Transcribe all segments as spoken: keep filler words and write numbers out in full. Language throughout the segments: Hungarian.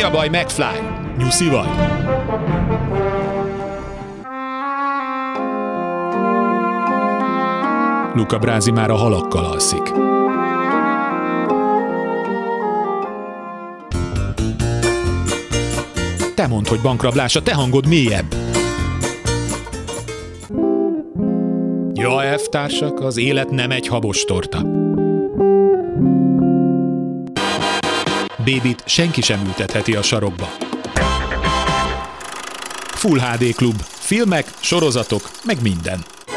a baj, McFly? Nyuszi vagy? Luca Brasi már a halakkal alszik. Te mondd, hogy bankrablás, a te hangod mélyebb. Ja, elvtársak, az élet nem egy habos torta. Bébit senki sem ültetheti a sarokba. Full há dé Klub. Filmek, sorozatok, meg minden.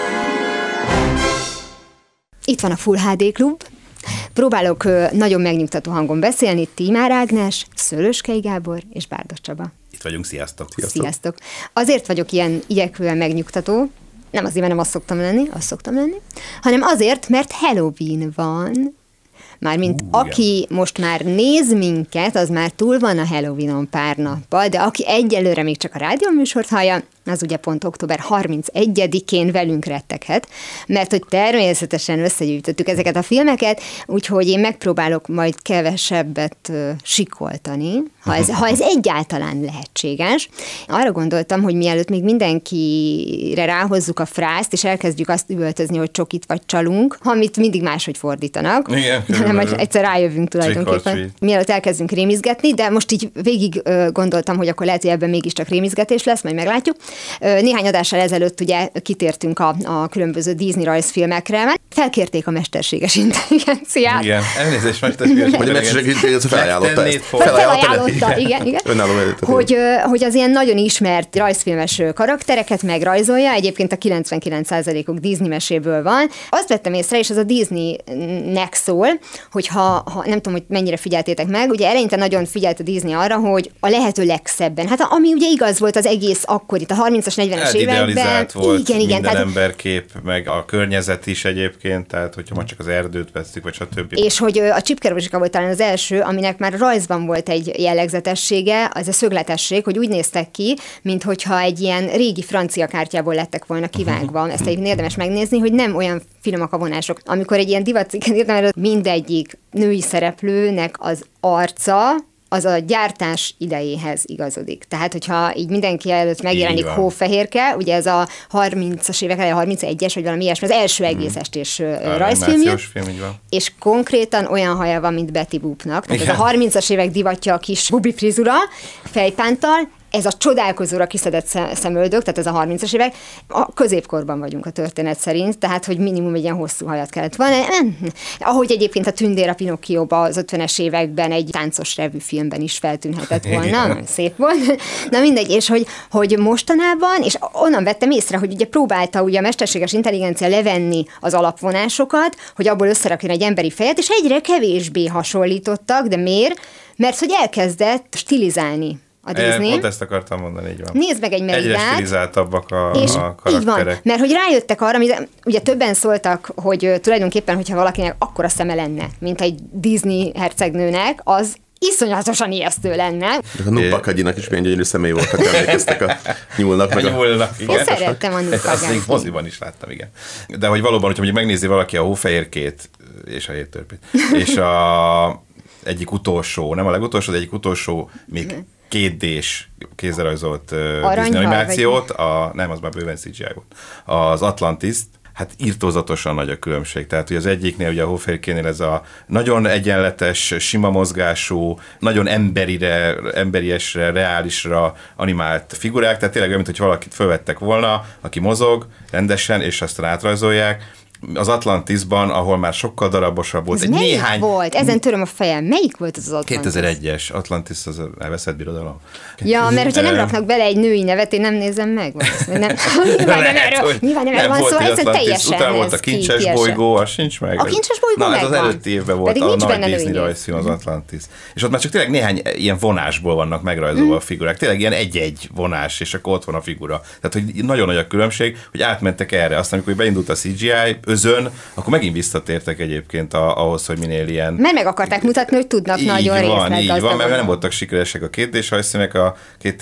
Itt van a Full há dé Klub. Próbálok uh, nagyon megnyugtató hangon beszélni. Tímár Ágnes, Szőlőskei Gábor és Bárdos Csaba. Itt vagyunk, sziasztok. Sziasztok. Sziasztok. Azért vagyok ilyen igyekvően megnyugtató, nem azért, mert nem azt szoktam lenni, azt szoktam lenni, hanem azért, mert Halloween van. Mármint uh, aki igen. most már néz minket, az már túl van a Halloweenon pár nappal, de aki egyelőre még csak a rádióműsort hallja, az ugye pont október harmincegyedikén velünk retteghet, mert hogy természetesen összegyűjtöttük ezeket a filmeket, úgyhogy én megpróbálok majd kevesebbet uh, sikoltani, ha ez, ha ez egyáltalán lehetséges. Arra gondoltam, hogy mielőtt még mindenkire ráhozzuk a frászt, és elkezdjük azt üvöltözni, hogy csokit vagy csalunk, amit mindig máshogy fordítanak, igen, hanem egyszer rájövünk tulajdonképpen. Mielőtt elkezdünk rémizgetni, de most így végig uh, gondoltam, hogy akkor lehet, hogy ebben mégiscsak rémizgetés lesz, majd meglátjuk. Néhány adással ezelőtt ugye kitértünk a, a különböző Disney rajzfilmekre, felkérték a mesterséges intelligenciát. Igen, elnézést mesterséges intelligencia. Hogy a mesterséges intelligencia felajánlotta ezt. Felajánlotta, igen, igen. Hogy, hogy az ilyen nagyon ismert rajzfilmes karaktereket megrajzolja, egyébként a kilencvenkilenc százalékuk Disney meséből van. Azt vettem észre, és az a Disneynek szól, hogy ha, ha nem tudom, hogy mennyire figyeltétek meg, ugye eleinte nagyon figyelt a Disney arra, hogy a lehető legszebben, hát ami ugye igaz volt az egész akkor itt a harmincas, negyvenes években. Volt igen, igen, minden tehát, emberkép, meg a környezet is egyébként, tehát hogyha ma csak az erdőt vesztük, vagy stb. És hogy a Csipke Rózsika volt talán az első, aminek már rajzban volt egy jellegzetessége, az a szögletesség, hogy úgy néztek ki, minthogyha egy ilyen régi francia kártyából lettek volna kivágva. Ezt egyébként érdemes megnézni, hogy nem olyan finomak a vonások. Amikor egy ilyen divatcikket írtam, hogy mindegyik női szereplőnek az arca, az a gyártás idejéhez igazodik. Tehát, hogyha így mindenki előtt megjelenik hófehérke, ugye ez a harmincas évek elején, harmincegyes, vagy valami ilyesmi, az első egész hmm. estés rajzfilmje, és konkrétan olyan haja van, mint Betty Boopnak. Tehát ez a harmincas évek divatja a kis bubi frizura, fejpántal, ez a csodálkozóra kiszedett szemöldök, tehát ez a harmincas évek, a középkorban vagyunk a történet szerint, tehát, hogy minimum egy ilyen hosszú hajat kellett volna. Ahogy egyébként a Tündér a Pinokkióban az ötvenes években egy táncos revű filmben is feltűnhetett volna, szép volt. Na mindegy, és hogy, hogy mostanában, és onnan vettem észre, hogy ugye próbálta ugye a mesterséges intelligencia levenni az alapvonásokat, hogy abból összerakjon egy emberi fejet, és egyre kevésbé hasonlítottak, de miért? Mert hogy elkezdett stilizálni a Disney. Pont ezt akartam mondani, így van. Nézd meg egy Meridát. Egyre stilizáltabbak a, és a karakterek. Így van, mert hogy rájöttek arra, amit ugye többen szóltak, hogy tulajdonképpen, hogyha valakinek akkora szeme lenne, mint egy Disney hercegnőnek, az iszonyatosan ijesztő lenne. De a Nupakagyinak is milyen gyönyörű személy voltak, emlékeztek a nyúlnak. Meg a nyúlnak, igen. Én szerettem a Nupakagyinak. Azt még moziban is láttam, igen. De hogy valóban, hogyha mondjuk megnézi valaki a Hófehérkét és a Héttörpét, és a egyik utolsó, nem a legutolsó, de egyik utolsó még kétdés kézrajzolt uh, Disney animációt, a, nem, az már bőven cé gé í volt, az Atlantis, hát irtózatosan nagy a különbség. Tehát ugye az egyiknél, ugye a Hófehérkénél ez a nagyon egyenletes, sima mozgású, nagyon emberire, emberiesre, reálisra animált figurák, tehát tényleg olyan, mint hogy valakit fölvettek volna, aki mozog rendesen, és aztán átrajzolják. Az Atlantisban, ahol már sokkal darabosabb volt. Ez egy melyik néhány... volt? Ezen töröm a fejem. Melyik volt az az Atlantis? kétezer-egyes Atlantis, az elveszett birodalom. Ja, mert hogyha nem raknak bele egy női nevet, én nem nézem meg. Nem. Nyilván nem erről, nyilván nem erről van szó, egyszerűen teljesen. Utána volt a Kincses ki, bolygó, az sincs meg. A Kincses bolygó megvan. Na, ez az előtti évben volt a nagy Disney női rajzfilm, az Atlantis. És ott már csak tényleg néhány ilyen vonásból vannak megrajzolva mm. a figurák. Tényleg ilyen egy-egy vonás, és akkor ott van a figura. Tehát, hogy nagyon nagy a különbség, hogy átmentek erre. Aztán, amikor beindult a cé gé í özön, akkor megint visszatértek egyébként a, ahhoz, hogy minél ilyen... Mert meg akarták mutatni, hogy tudnak így nagyon részletgazdagon. Így van, mert nem voltak sikeresek a kétdés rajzfilmek, a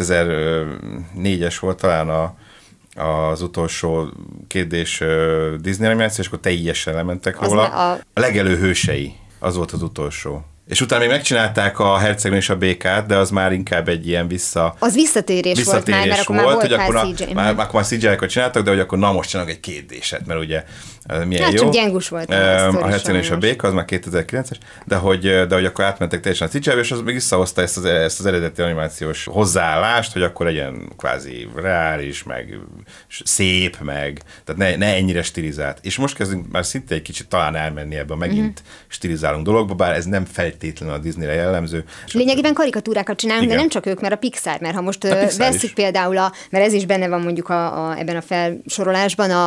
kétezer-négyes volt talán a, az utolsó kétdés Disney animáció, és akkor teljesen lementek róla. A... a legelő hősei, az volt az utolsó. És utána még megcsinálták a Hercegnő és a békát, de az már inkább egy ilyen vissza... Az visszatérés, visszatérés volt már, mert akkor volt, már volt hogy már akkor cé gé. Már, akkor már cé gé-kat csináltak, de hogy akkor na most csinálnak egy kétdéset, mert ugye milyen hát jó. csak gyengus volt. A, a Hercegnő és a béka, az már kétezer-kilences, de hogy, de hogy akkor átmentek teljesen a cé gé-be, és az még visszahozta ezt az, ezt az eredeti animációs hozzáállást, hogy akkor legyen kvázi reális, meg szép, meg, tehát ne, ne ennyire stilizált. És most kezdünk már szinte egy kicsit talán elmenni ebbe a megint mm-hmm. stilizálunk dologba, bár ez nem feltétlenül a Disneyre jellemző. Lényegében karikatúrákat csinálunk, igen. De nem csak ők, mert a Pixar, mert ha most vesszük például, a, mert ez is benne van mondjuk a, a, ebben a felsorolásban, a, a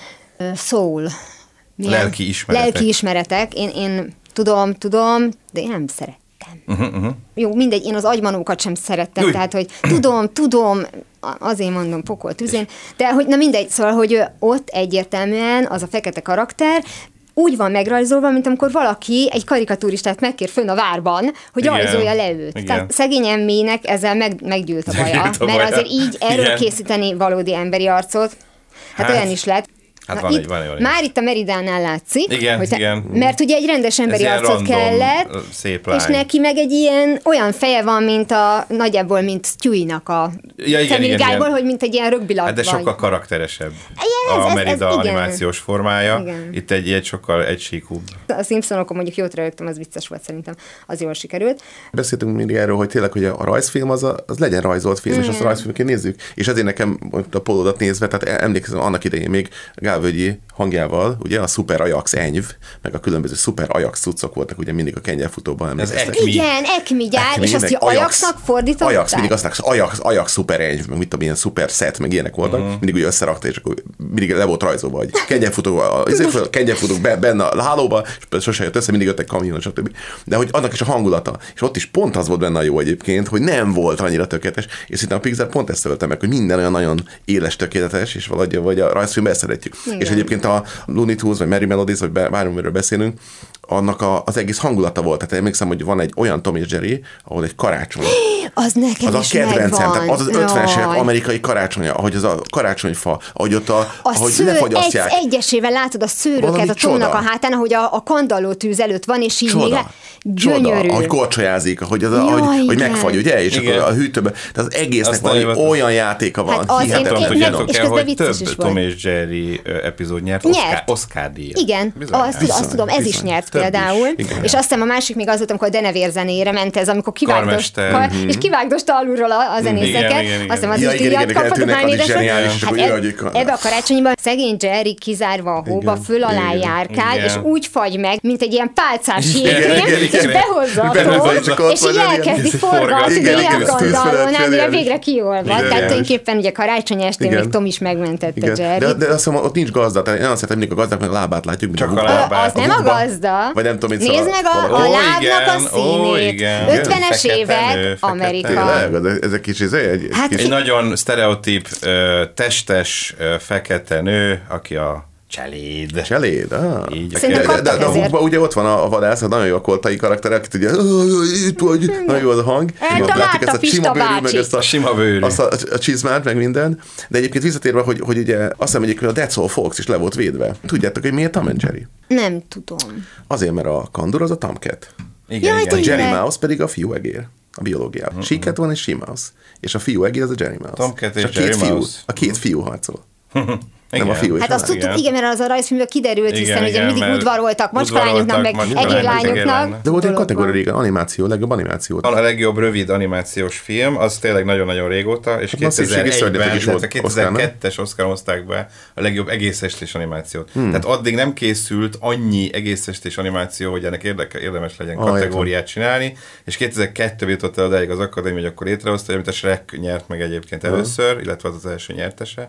Soul. Milyen? Lelki ismeretek. Lelki ismeretek. Én, én tudom, tudom, de én nem szeretem. Uh-huh, uh-huh. Jó, mindegy, én az agymanókat sem szerettem, Júj. Tehát, hogy tudom, tudom, azért mondom, pokol tüzén, de hogy na mindegy, szóval, hogy ott egyértelműen az a fekete karakter úgy van megrajzolva, mint amikor valaki egy karikaturistát megkér fönn a várban, hogy igen, rajzolja le őt. Igen. Tehát szegény emmének ezzel meg, meggyűlt a baja, meggyűlt a baja. Mert azért így erről igen. készíteni valódi emberi arcot, hát, hát olyan is lett. Hát Na, van itt, egy, van egy, van egy. Már itt a Meridánál látszik, igen, hogy te, igen. mert ugye egy rendes emberi arcot random, kellett, szép lány. És neki meg egy ilyen olyan feje van, mint a nagyjából, mint Stewie-nak a ja, igen, Family igen, Guy-ból, igen. hogy mint egy ilyen rögbilag hát de vagy. sokkal karakteresebb ez, a ez, Merida ez, animációs formája. Igen. Itt egy, egy sokkal egysíkúbb. A Simpsonokon mondjuk jót rögtem, az vicces volt szerintem, az jól sikerült. Beszéltünk mindig erről, hogy tényleg, hogy a rajzfilm az, a, az legyen rajzolt film, mm. és azt a rajzfilmként nézzük. És ezért nekem a Polodat nézve, tehát emlékszem annak idején még Gálvölgyi hangjával, ugye a Super Ajax enyv, meg a különböző Super Ajax cuccok voltak, ugye mindig a kengyelfutóban emlékeztek. Igen, Ekmi gyár, és azt, hogy Ajaxnak fordították? Ajax, mindig azt mondták, Ajax, Ajax Super enyv, meg mit tudom, ilyen Super set, meg ilyenek voltak, uh-huh. mindig ugye összerakta, és akkor mindig le volt rajzolva, hogy kengyelfutók, a kengyelfutók benne a hálóba, és sose jött össze, mindig jöttek kamion, stb. De hogy annak is a hangulata, és ott is pont az volt benne a jó egyébként, hogy nem volt annyira tökéletes, és szerintem a Pixar pont ezt ölte meg, hogy minden olyan nagyon éles, tökéletes, és valahogy vagy a rajzfilmbe ezt szeretjük. Igen. És egyébként a Looney Tunes, vagy Merry Melodies, vagy bármiről beszélünk, annak a, az egész hangulata volt. Tehát emlékszem, hogy van egy olyan Tom és Jerry, ahol egy karácsony. Az nekem az is a kedvencem, tehát az az ötvenes évek amerikai karácsonya, ahogy az a karácsonyfa, ahogy ott a, a ahogy szőr, lefagyasztják. Egy, egyesével látod a szőröket a tónak a hátán, ahogy a, a kandalló tűz előtt van, és így csoda. még gyönyörű. Csoda, ahogy korcsolyázik, ahogy, az a, Jaj, ahogy, hogy megfagy, ugye? És igen. akkor a hűtőben, tehát az egésznek van olyan játéka van. Hát az hihetetlen. én, Tudjátok és el, hogy több Tom és Jerry epizód nyert, nyert. Oscar-díjat. Igen, azt, bizony, azt tudom, ez bizony. Is nyert több például. Is. És azt hiszem a másik még az volt, amikor a Denevér zenére ment ez, amikor kivágdost, kar, mm-hmm. és kivágdosta alulról a, a zenészeket. Igen, igen, igen. Azt hiszem az ja, is díjat kapott már négyesre. Ebbe a karácsonyban szegény Jerry kizárva a hóba, föl alá járkál, és úgy fagy meg, mint egy ilyen pálcás jégkrém, és behozza a tó, és így elkezdi forgatni a kandallónál, mire végre kiolvad. Tehát tulajdonképpen ugye karácsony estén még Tom is megmentette Jerry. De azt hiszem, ott nincs gazda, tehát én azt szeretem, mindig a gazdáknak a lábát látjuk. Csak a lábát. Az nem a gazda. Vagy nem tudom, nézd meg a lábnak a színét. ötvenes évek Amerika. Ez egy kicsi, egy egy nagyon sztereotíp, testes, fekete nő, aki a cseléd. Cseléd, ah. Így. Szerintem de, de a húkban ugye ott van a, a vadász, a nagyon jó a koltai karakter, akit ugye itt vagy, nagyon jó az a hang. Látjuk ezt a sima bőrű, meg ezt a, sima bőrű. Azt a, a csizmát, meg minden. De egyébként visszatérve, hogy, hogy ugye azt hiszem egyébként a That's All Folks is le volt védve. Tudjátok, hogy miért Tom and Jerry? Nem tudom. Azért, mert a kandur az a Tomcat. Igen, Jaj, igen. A Jerry Mouse pedig a fiú egér. A biológiában. Uh-huh. She Cat van és She Mouse. És a fiú egér az a Jerry Mouse. Tomcat és, és a Jerry két Mouse. Fiú, a két fiú harcol. Igen. Nem a fiú. Hát azt tudtuk, igen. igen, mert az a rajzfilmből kiderült, igen, hiszen igen, ugye mindig udvaroltak macskálányoknak, meg egérlányoknak. De volt egy kategória régen, animáció, legjobb animáció. A legjobb rövid animációs film, az tényleg nagyon-nagyon régóta, és kétezer-egyben, illetve kétezer-kettes Oscar hozták be a legjobb egészestés animációt. Hmm. Tehát addig nem készült annyi egészestés animáció, hogy ennek érdeke, érdemes legyen ah, kategóriát értem. Csinálni, és kétezer-kettőben jutott el odáig az akadémia, hogy akkor létrehozta, amit a Shrek nyert meg egyébként először, illetve az az első nyertese.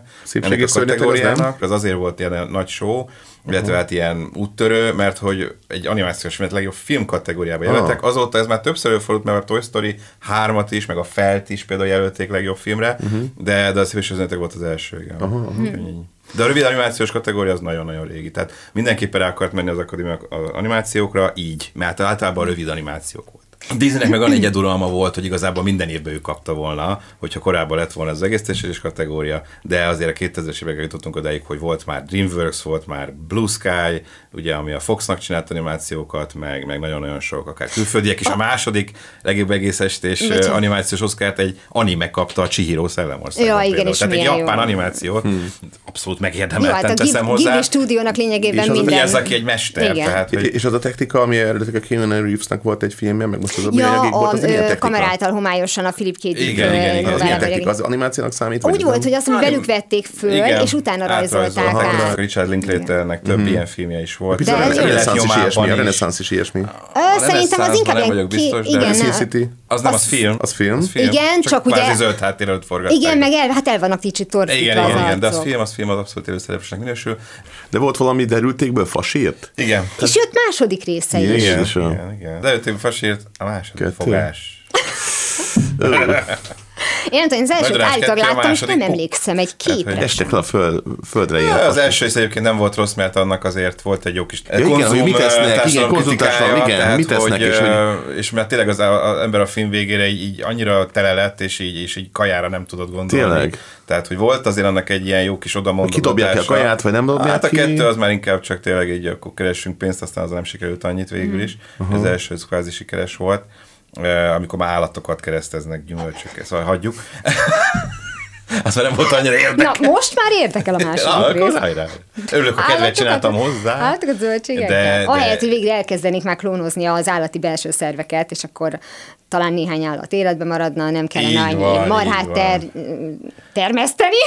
Az azért volt ilyen nagy show, illetve uh-huh. hát ilyen úttörő, mert hogy egy animációs filmet legjobb film kategóriába jelöltek. Uh-huh. Azóta ez már többször előfordult, mert a Toy Story hármat is, meg a Felt is például jelölték legjobb filmre, uh-huh. de, de a Szíves Üzenetek volt az első. Igen. Uh-huh. Uh-huh. De a rövid animációs kategória az nagyon-nagyon régi. Tehát mindenképpen rá akart menni az akadémia animációkra így, mert általában a rövid animációk volt. Disneynek meg annyi egyeduralma volt, hogy igazából minden évben ő kapta volna, hogyha korábban lett volna az egész testvéres kategória, de azért a kétezres években jutottunk odáig, hogy volt már DreamWorks, volt már Blue Sky, ugye, ami a Foxnak csinált animációkat, meg, meg nagyon-nagyon sok, akár külföldiek is. A második legjobb egész estés animációs oszkárt egy anime kapta a Chihiro Szellemországban. Ja, igen, és tehát egy milyen japán jó. animációt hmm. abszolút megérdemelten jó, hát teszem a hozzá. Ghibli stúdiónak lényegében minden. És az, aki egy mester. Tehát, hogy... És az a technika, ami eredetileg a Keanu Reevesnek volt egy filmje, meg most az a ja, volt, az milyen technika? Kamera által homályosan a Philip K. Dick. Igen, igen, igen. Az milyen technika? Az animációnak számít? Úgy volt, hogy azt, hogy velük vették föl, igen, és utána rajzolták át. Richard Linklaternek több mm-hmm. ilyen filmje is volt. De a reneszánsz is ilyesmi. A reneszánsz is ilyesmi. Szerintem az inkább ilyen ki... Igen, Sin City. Az nem, az film. Az film. Igen, csak ugye... zöld háttér előtt forgatták. Igen, meg el, hát el vannak kicsit torfítva. Igen, igen, igen, de az film, az film az abszolút előszereplősnek minősül. De volt valami derültékből fasírt? Igen. És jött második része is. Igen, igen, igen. Derültékből fasírt a második fogás. Én nem tudom, az elsőt állítólag láttam, és nem emlékszem egy képre. Estek le a föld, földre ilyen. Az első rész egyébként nem volt rossz, mert annak azért volt egy jó kis ja, igen, hogy mit tesznek, igen, konzultásban, igen, tehát, mit tesznek. Hogy, és, hogy... és mert tényleg az, az ember a film végére így, így annyira tele lett, és így, és így kajára nem tudott gondolni. Tényleg? Tehát, hogy volt azért annak egy ilyen jó kis odamondogatása. Kidobják ki a kaját, vagy nem dobják hát ki? Hát a kettő az már inkább csak tényleg így, akkor keressünk pénzt, aztán az nem sikerült annyit végül is. Uh-huh. Az első az kvázi sikeres volt. Amikor már állatokat kereszteznek gyümölcsökkel, szóval hagyjuk. Azt már nem volt annyira érdekel. Na, most már érdekel a második rész. Hajrá. Örülök, hogy kedvet csináltam hozzá. Állatokat, zöldségekkel. Ahelyett, hogy végre elkezdenék már klónozni az állati belső szerveket, és akkor talán néhány állat életbe maradna, nem kellene annyi marhát ter, termeszteni.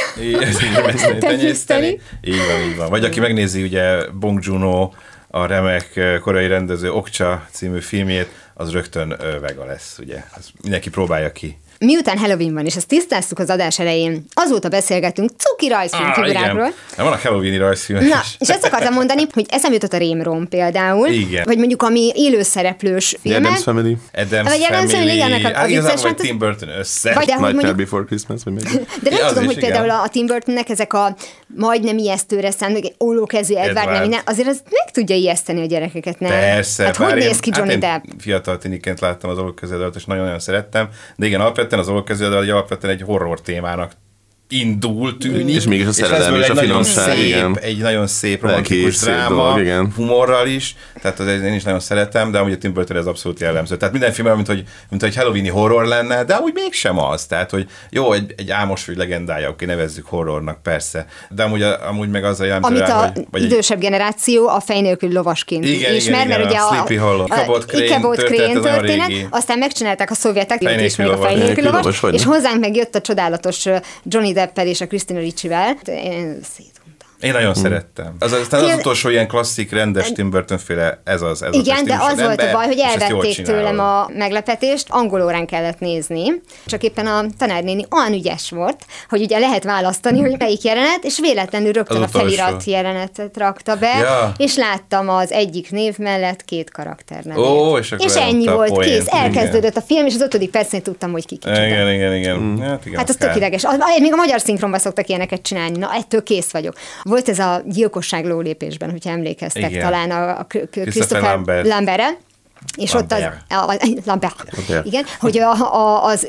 Tenyészteni. Így van, így van. Vagy aki megnézi ugye Bong Joon-ho, a remek koreai rendező Okja című filmjét, az rögtön vega lesz, ugye. Azt mindenki próbálja ki. Miután Halloween van, és ezt tisztáztuk az adás elején, azóta beszélgetünk cuki rajzfilm figurákról. Ah, vannak Halloween-i rajzfilmek Na, és ezt akartam mondani, hogy eszembe jutott a Rémrom például, igen. Vagy mondjuk ami élőszereplős filmek. Adam's Family. Adam's vagy Adam's Family, igen, a, a vicces, vagy Tim Burton össze. Vagy, de, hogy Nightmare mondjuk, Before Christmas, vagy meg. De nem ja, tudom, is, hogy igen. például a Tim Burtonnek ezek a majdnem ijesztőre számít, ollókezű Edward, Edward. nem minden, azért az meg tudja ijeszteni a gyerekeket, nem? Persze. Hát hogy néz ki Johnny hát Depp? Fiatal tiniként láttam az ollókezű Edwardt, és nagyon-nagyon szerettem, de igen, alapvetően az ollókezű Edward alapvetően egy horror témának indul, tűnik. És mégis a szerelem és, és a finomság, igen. Egy nagyon szép romantikus dráma, dolog, igen. humorral is, tehát az én is nagyon szeretem, de amúgy a Tim Burton ez abszolút jellemző. Tehát minden filmben, mint hogy, mint hogy Halloween-i horror lenne, de amúgy mégsem az. Tehát, hogy jó, egy, egy álmos vagy legendája, oké, nevezzük horrornak, persze. De amúgy, amúgy meg az a jellemző. Amit rá, a vagy, vagy idősebb egy... generáció a fej nélkül lovasként igen, ismer, igen, mert igen, ugye a, a, Sleepy Hollow, Ikabod Crane történet, aztán megcsinálták a szovjetek, Fej is még a lovas. Fej nélkül lovas, lovas, és hozzánk meg jött a csodálatos Johnny Deppel és a Christina Riccivel. Én szétuntam. Én nagyon hmm. szerettem. Az, aztán az utolsó ilyen klasszik, rendes Tim Burton-féle, ez az. Ez igen, az de az ember, volt a baj, hogy elvették tőlem a meglepetést, angol órán kellett nézni, csak éppen a tanárnéni olyan ügyes volt, hogy ugye lehet választani, hogy melyik jelenet, és véletlenül rögtön az a felirat jelenetet rakta be, ja. És láttam az egyik név mellett két karakter nevét. Ó, és, és ennyi volt, poént, kész, elkezdődött igen. A film, és az ötödik percnél tudtam, hogy ki kicsoda. Igen, igen, igen. Mm. Hát, igen, hát az tökéletes. Még a magyar szinkronban szoktak ilyeneket csinálni. Na, ettől kész vagyok. Volt ez a gyilkosság lólépésben, hogyha emlékeztek, igen. Talán a, a Christopher Lambert. Lambertre, és Lambert. Ott az, a, a, Lambert, Lambert. Igen, hogy a, a, az,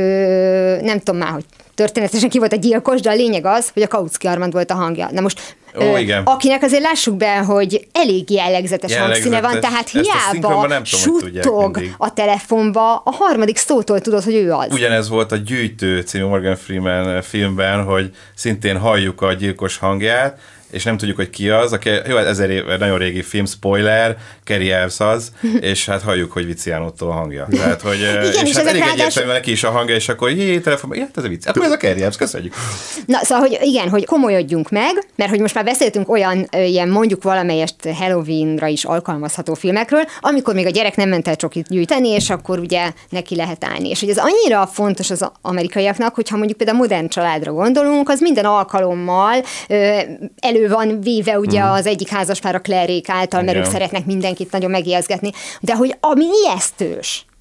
ö, nem tudom már, hogy történetesen ki volt a gyilkos, de a lényeg az, hogy a Kautsky Armand volt a hangja. Na most, Ó, ö, igen. Akinek azért lássuk be, hogy elég jellegzetes, jellegzetes hangszíne van, tehát hiába suttog a telefonba, a harmadik szótól tudod, hogy ő az. Ugyanez volt a Gyűjtő című Morgan Freeman filmben, hogy szintén halljuk a gyilkos hangját, és nem tudjuk, hogy ki az. A ke- jó, ezer éve, nagyon régi film, spoiler, Cary Elves az, és hát halljuk, hogy Viciánótól a hangja. Tehát, hogy, igen, és, és hát elég ráadás... egyértelműen neki is a hangja, és akkor jé, telefonban, ja, ez a vicc. Akkor ez a Cary Elves, köszönjük. Na, szóval, hogy igen, hogy komolyodjunk meg, mert hogy most már beszéltünk olyan, ilyen mondjuk valamelyest Halloweenra is alkalmazható filmekről, amikor még a gyerek nem ment el csokit gyűjteni, és akkor ugye neki lehet állni. És hogy ez annyira fontos az amerikaiaknak, hogyha mondjuk például modern családra gondolunk, az minden alkalommal elő van véve ugye az egyik házaspár a Claire-ék által, mert ők szeretnek mindenkit nagyon megijeszgetni, de hogy ami ijesztős,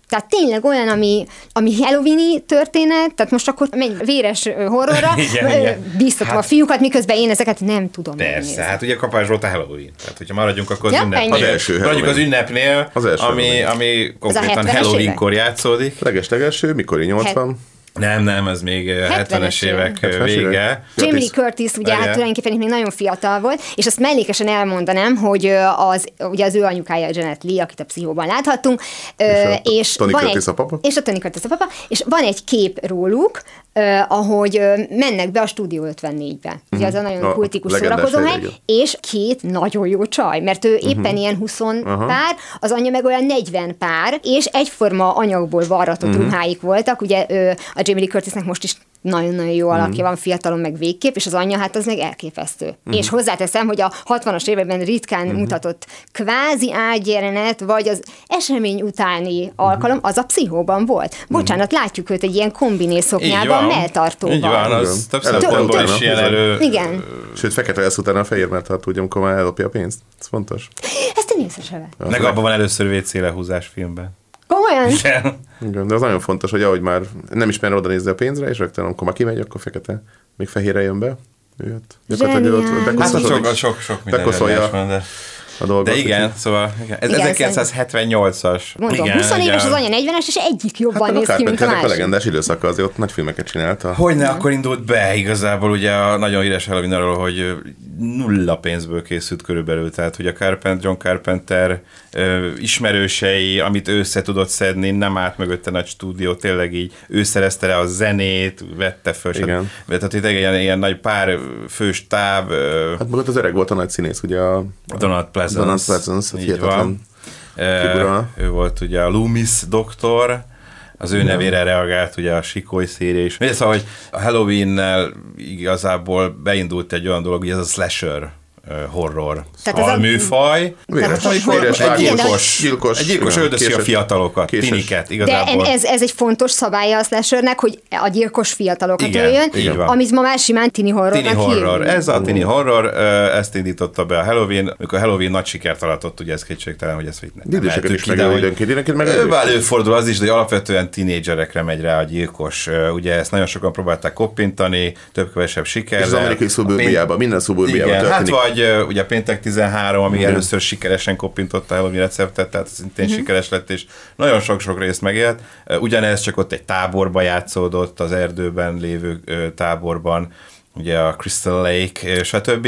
Tehát tényleg olyan, ami, ami Halloween-i történet, tehát most akkor menj véres horrorra, Igen, igen. bíztatom Hát- a fiúkat, miközben én ezeket nem tudom Persze, megnézni. hát ugye kapás volt a Halloween. Tehát, hogyha maradjunk, akkor az Ja, ünnepnél. ennyi. Az első Maradjunk az Halloween. ünnepnél, Az első ami, Halloween. ami konkrétan hetvenes Halloween-kor játszódik. Leges-legelső, mikor nyolcvan? Nem, nem, ez még hetvenes hetvenes évek hetvenes vége. évek. Jamie Lee Curtis. Curtis, ugye Igen. hát tulajdonképpen itt még nagyon fiatal volt, és azt mellékesen elmondanám, hogy ö, az, ugye az ő anyukája Janet Leigh, akit a Pszichóban láthattunk, ö, a és, Tony van Curtis egy, a papa. és a Tony Curtis a papa, és van egy kép róluk, ö, ahogy ö, mennek be a Stúdió ötvennégybe. Ugye az a nagyon A kultikus legendás szórakozóhely, hely, igen. és két nagyon jó csaj, mert ő éppen ilyen húsz pár, az anyja meg olyan negyven pár, és egyforma anyagból varratott ruháik voltak, ugye ö, a Jamie Lee Curtisnek most is nagyon-nagyon jó alakja van, fiatalon meg végképp, és az anyja hát az meg elképesztő. Uh-huh. És hozzáteszem, hogy a hatvanas években ritkán uh-huh. mutatott kvázi ágyjelenet, vagy az esemény utáni alkalom, az a Pszichóban volt. Bocsánat, látjuk őt egy ilyen kombiné szoknyában, melltartóval. Így van, az Igen. több Előbb szempontból utána. is ilyen elő... Igen. Sőt, fekete lesz utána a fehér, mert ha tudja, amikor már ellopja a pénzt. Ez fontos. Ezt én észre se vettem. Meg abban van először vé cé lehúzás filmben. Komolyan? Igen. Igen, de az nagyon fontos, hogy ahogy már nem ismer oda nézni a pénzre, és rögtön, amikor már kimegy, akkor fekete, még fehérre jön be. Ő jött. Gyakorlatilag ott Zseniális. Hát bekoszolja sok, sok, sok minden bekoszolja előadás van, de... a dolgot. De igen, szóval igen. Ez Igen, ezerkilencszázhetvennyolcas. Mondom, Igen, húsz éves, igen. az anya negyvenes, és egyik jobban Hát néz a ki, mint a Carpenternek a másik. legendás időszaka, azért ott nagy filmeket csinálta. Hogyne, akkor indult be igazából ugye a nagyon híres Halloween arról, hogy nulla pénzből készült körülbelül, tehát hogy a Carpenter, John Carpenter ö, ismerősei, amit ő össze tudott szedni, nem állt mögötte nagy stúdió, tényleg így ő szerezte le a zenét, vette föl. Igen. Tehát itt ilyen, ilyen nagy pár fős táv, ö, Hát maga az öreg volt a nagy színész, ugye a Donald Pleasence. Donald Pleasence, így hihetetlen van. figura. Ő volt ugye a Loomis doktor, az ő nevére reagált ugye a Sikoly széria is. Ugye szóval, hogy a Halloween-nel igazából beindult egy olyan dolog, hogy ez a slasher horror Tehát ez a- alműfaj. Véres, Tehát amikor véres, egy vágós, gyilkos, gyilkos, egy gyilkos igen, öldöszi a késes- fiatalokat, késes. tiniket De igazából. ez, ez egy fontos szabálya a slashernek, hogy a gyilkos fiatalokat Igen, öljön, így van. amit ma már simán tini horrornak Tini horror. hívunk. Ez a tini horror, ö, ezt indította be a Halloween, amikor a Halloween nagy sikert aratott, ugye ez kétségtelen, hogy ezt így nem Időseket emeltük is ki, meg de hogy- időnként, időnként meg Ö, előbb. Előfordul az is, de alapvetően tínédzserekre megy rá a gyilkos. Ö, Ugye ezt nagyon sokan próbálták koppintani, több-kevesebb sikerrel. És az amerikai A szubúrbiában, minden szubúrbiában Igen, hát történik. vagy ö, ugye a Péntek tizenhárom, ami Igen. először sikeresen koppintotta a Halloween receptet, tehát szintén uh-huh. sikeres lett, és nagyon sok-sok részt megélt. Ö, Ugyanez csak ott egy táborba játszódott, az erdőben lévő ö, táborban, ugye a Crystal Lake, ö, stb.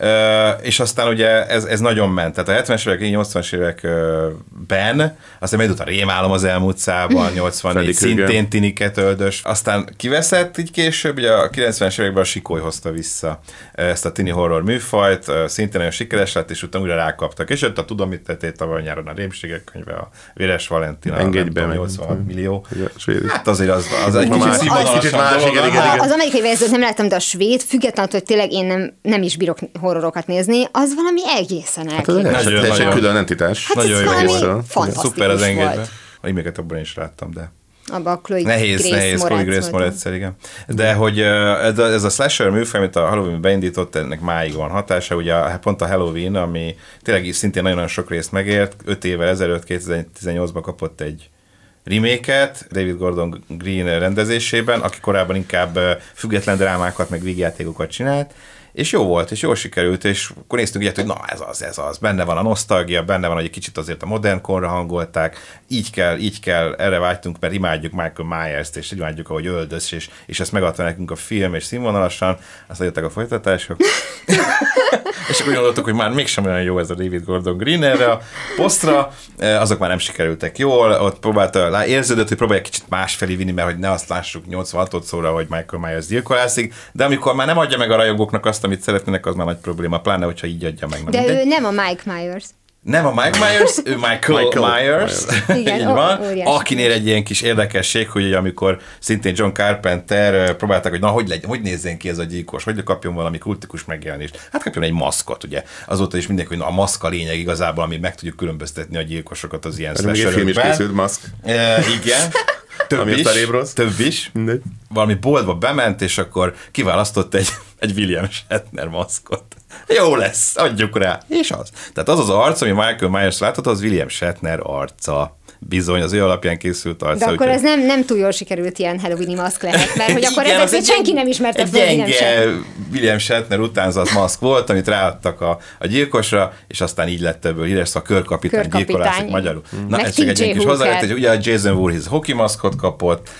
Ö, És aztán ugye ez, ez nagyon ment. Tehát a hetvenes évek, nyolcvanas években, aztán megindult a Rémálom az elmúltszában, nyolcvannégy Freddy Krueger. szintén tiniket öldös. Aztán kiveszett így később, ugye a kilencvenes években a Sikoly hozta vissza ezt a tini horror műfajt, ö, szintén nagyon sikeres lett, és utána újra rákaptak. És jött a Tudom, mit tettél tavaly nyáron a Rémségek könyve, a Véres Valentina, Engedj nem be, tudom, meg. nyolcvanhat millió. Ugye, svéd. Hát azért az, az egy Ma kicsit már- színvonalasabb kicsit más, dolog. igen, igen, Aha. igen. Az amerikai verziót nem láttam, de a svéd, függetlenül, hogy tényleg én nem, nem is bírok horrorokat nézni, az valami egészen Hát az elképesztő. egy Nagyon, teljesen nagyon. külön entitás. Hát Nagyon ez jó valami egészen. fantasztikus Szuper az engedve. volt. A e-maileket abban is láttam, de Abba a Chloe nehéz, Grace nehéz, Chloe Moretz Grace volt. Moretz, igen. De hogy ö, ez a, ez a slasher műfaj, amit a Halloween beindított, ennek máig van hatása, ugye a- pont a Halloween, ami tényleg is szintén nagyon-nagyon sok részt megért, öt évvel ezelőtt, kétezer-tizennyolcban kapott egy remake-et David Gordon Green rendezésében, aki korábban inkább ö, független drámákat, meg vígjátékokat csinált, és jó volt, és jól sikerült, és akkor néztünk egyet, hogy na ez az, ez az, benne van a nosztalgia, benne van, hogy egy kicsit azért a modern korra hangolták, így kell, így kell, erre vágytunk, mert imádjuk Michael Myers-t, és imádjuk, ahogy öldöz, és, és ezt megadta nekünk a film, és színvonalasan, aztán jöttek a folytatások. És akkor gondoltuk, hogy már mégsem olyan jó ez a David Gordon Green erre a posztra, azok már nem sikerültek jól, ott próbálta, érződött, hogy próbálja kicsit másfelé vinni, mert hogy ne azt lássuk nyolcvanhatodszorra, hogy Michael Myers gyilkolászik, de amikor már nem adja meg a rajongóknak azt, amit szeretnének, az már nagy probléma, pláne, hogyha így adja meg. Na, De mindegy. ő nem a Mike Myers. Nem a Mike Myers, ő Michael, Michael Myers, Igen, így ó, van, óriási. akinél egy ilyen kis érdekesség, hogy amikor szintén John Carpenter ö, próbálták, hogy na, hogy, legyen, hogy nézzen ki ez a gyilkos, hogy kapjon valami kultikus megjelenést. Hát kapjon egy maszkot, ugye. Azóta is mindenki, hogy na, a maszk a lényeg igazából, ami meg tudjuk különböztetni a gyilkosokat az ilyen Erről még egy film is slasherökben. készült, Mask. E, igen. Több Ami is, aztán Ébrosz. több is. Mindegy. Valami boltba bement, és akkor kiválasztott egy, egy William Shatner maszkot. Jó lesz, adjuk rá. És az. Tehát az az arc, ami Michael Myers látható, az William Shatner arca. bizony az ő alapján készült arca. De akkor úgyhogy... ez nem, nem túl jól sikerült ilyen Halloween-i maszk lehet, mert hogy akkor Igen, ezeket az senki egy nem ismerte egy fel William gyenge Shatner. William Shatner utánzat maszk volt, amit ráadtak a, a gyilkosra, és aztán így lett ebből híres, a körkapitány, Körkapitány. gyilkolászik magyarul. Mm. Na, Meg ez csak egy ilyen kis T J hozzávett, Hooker. hogy ugye a Jason Voorhees hoki maszkot kapott,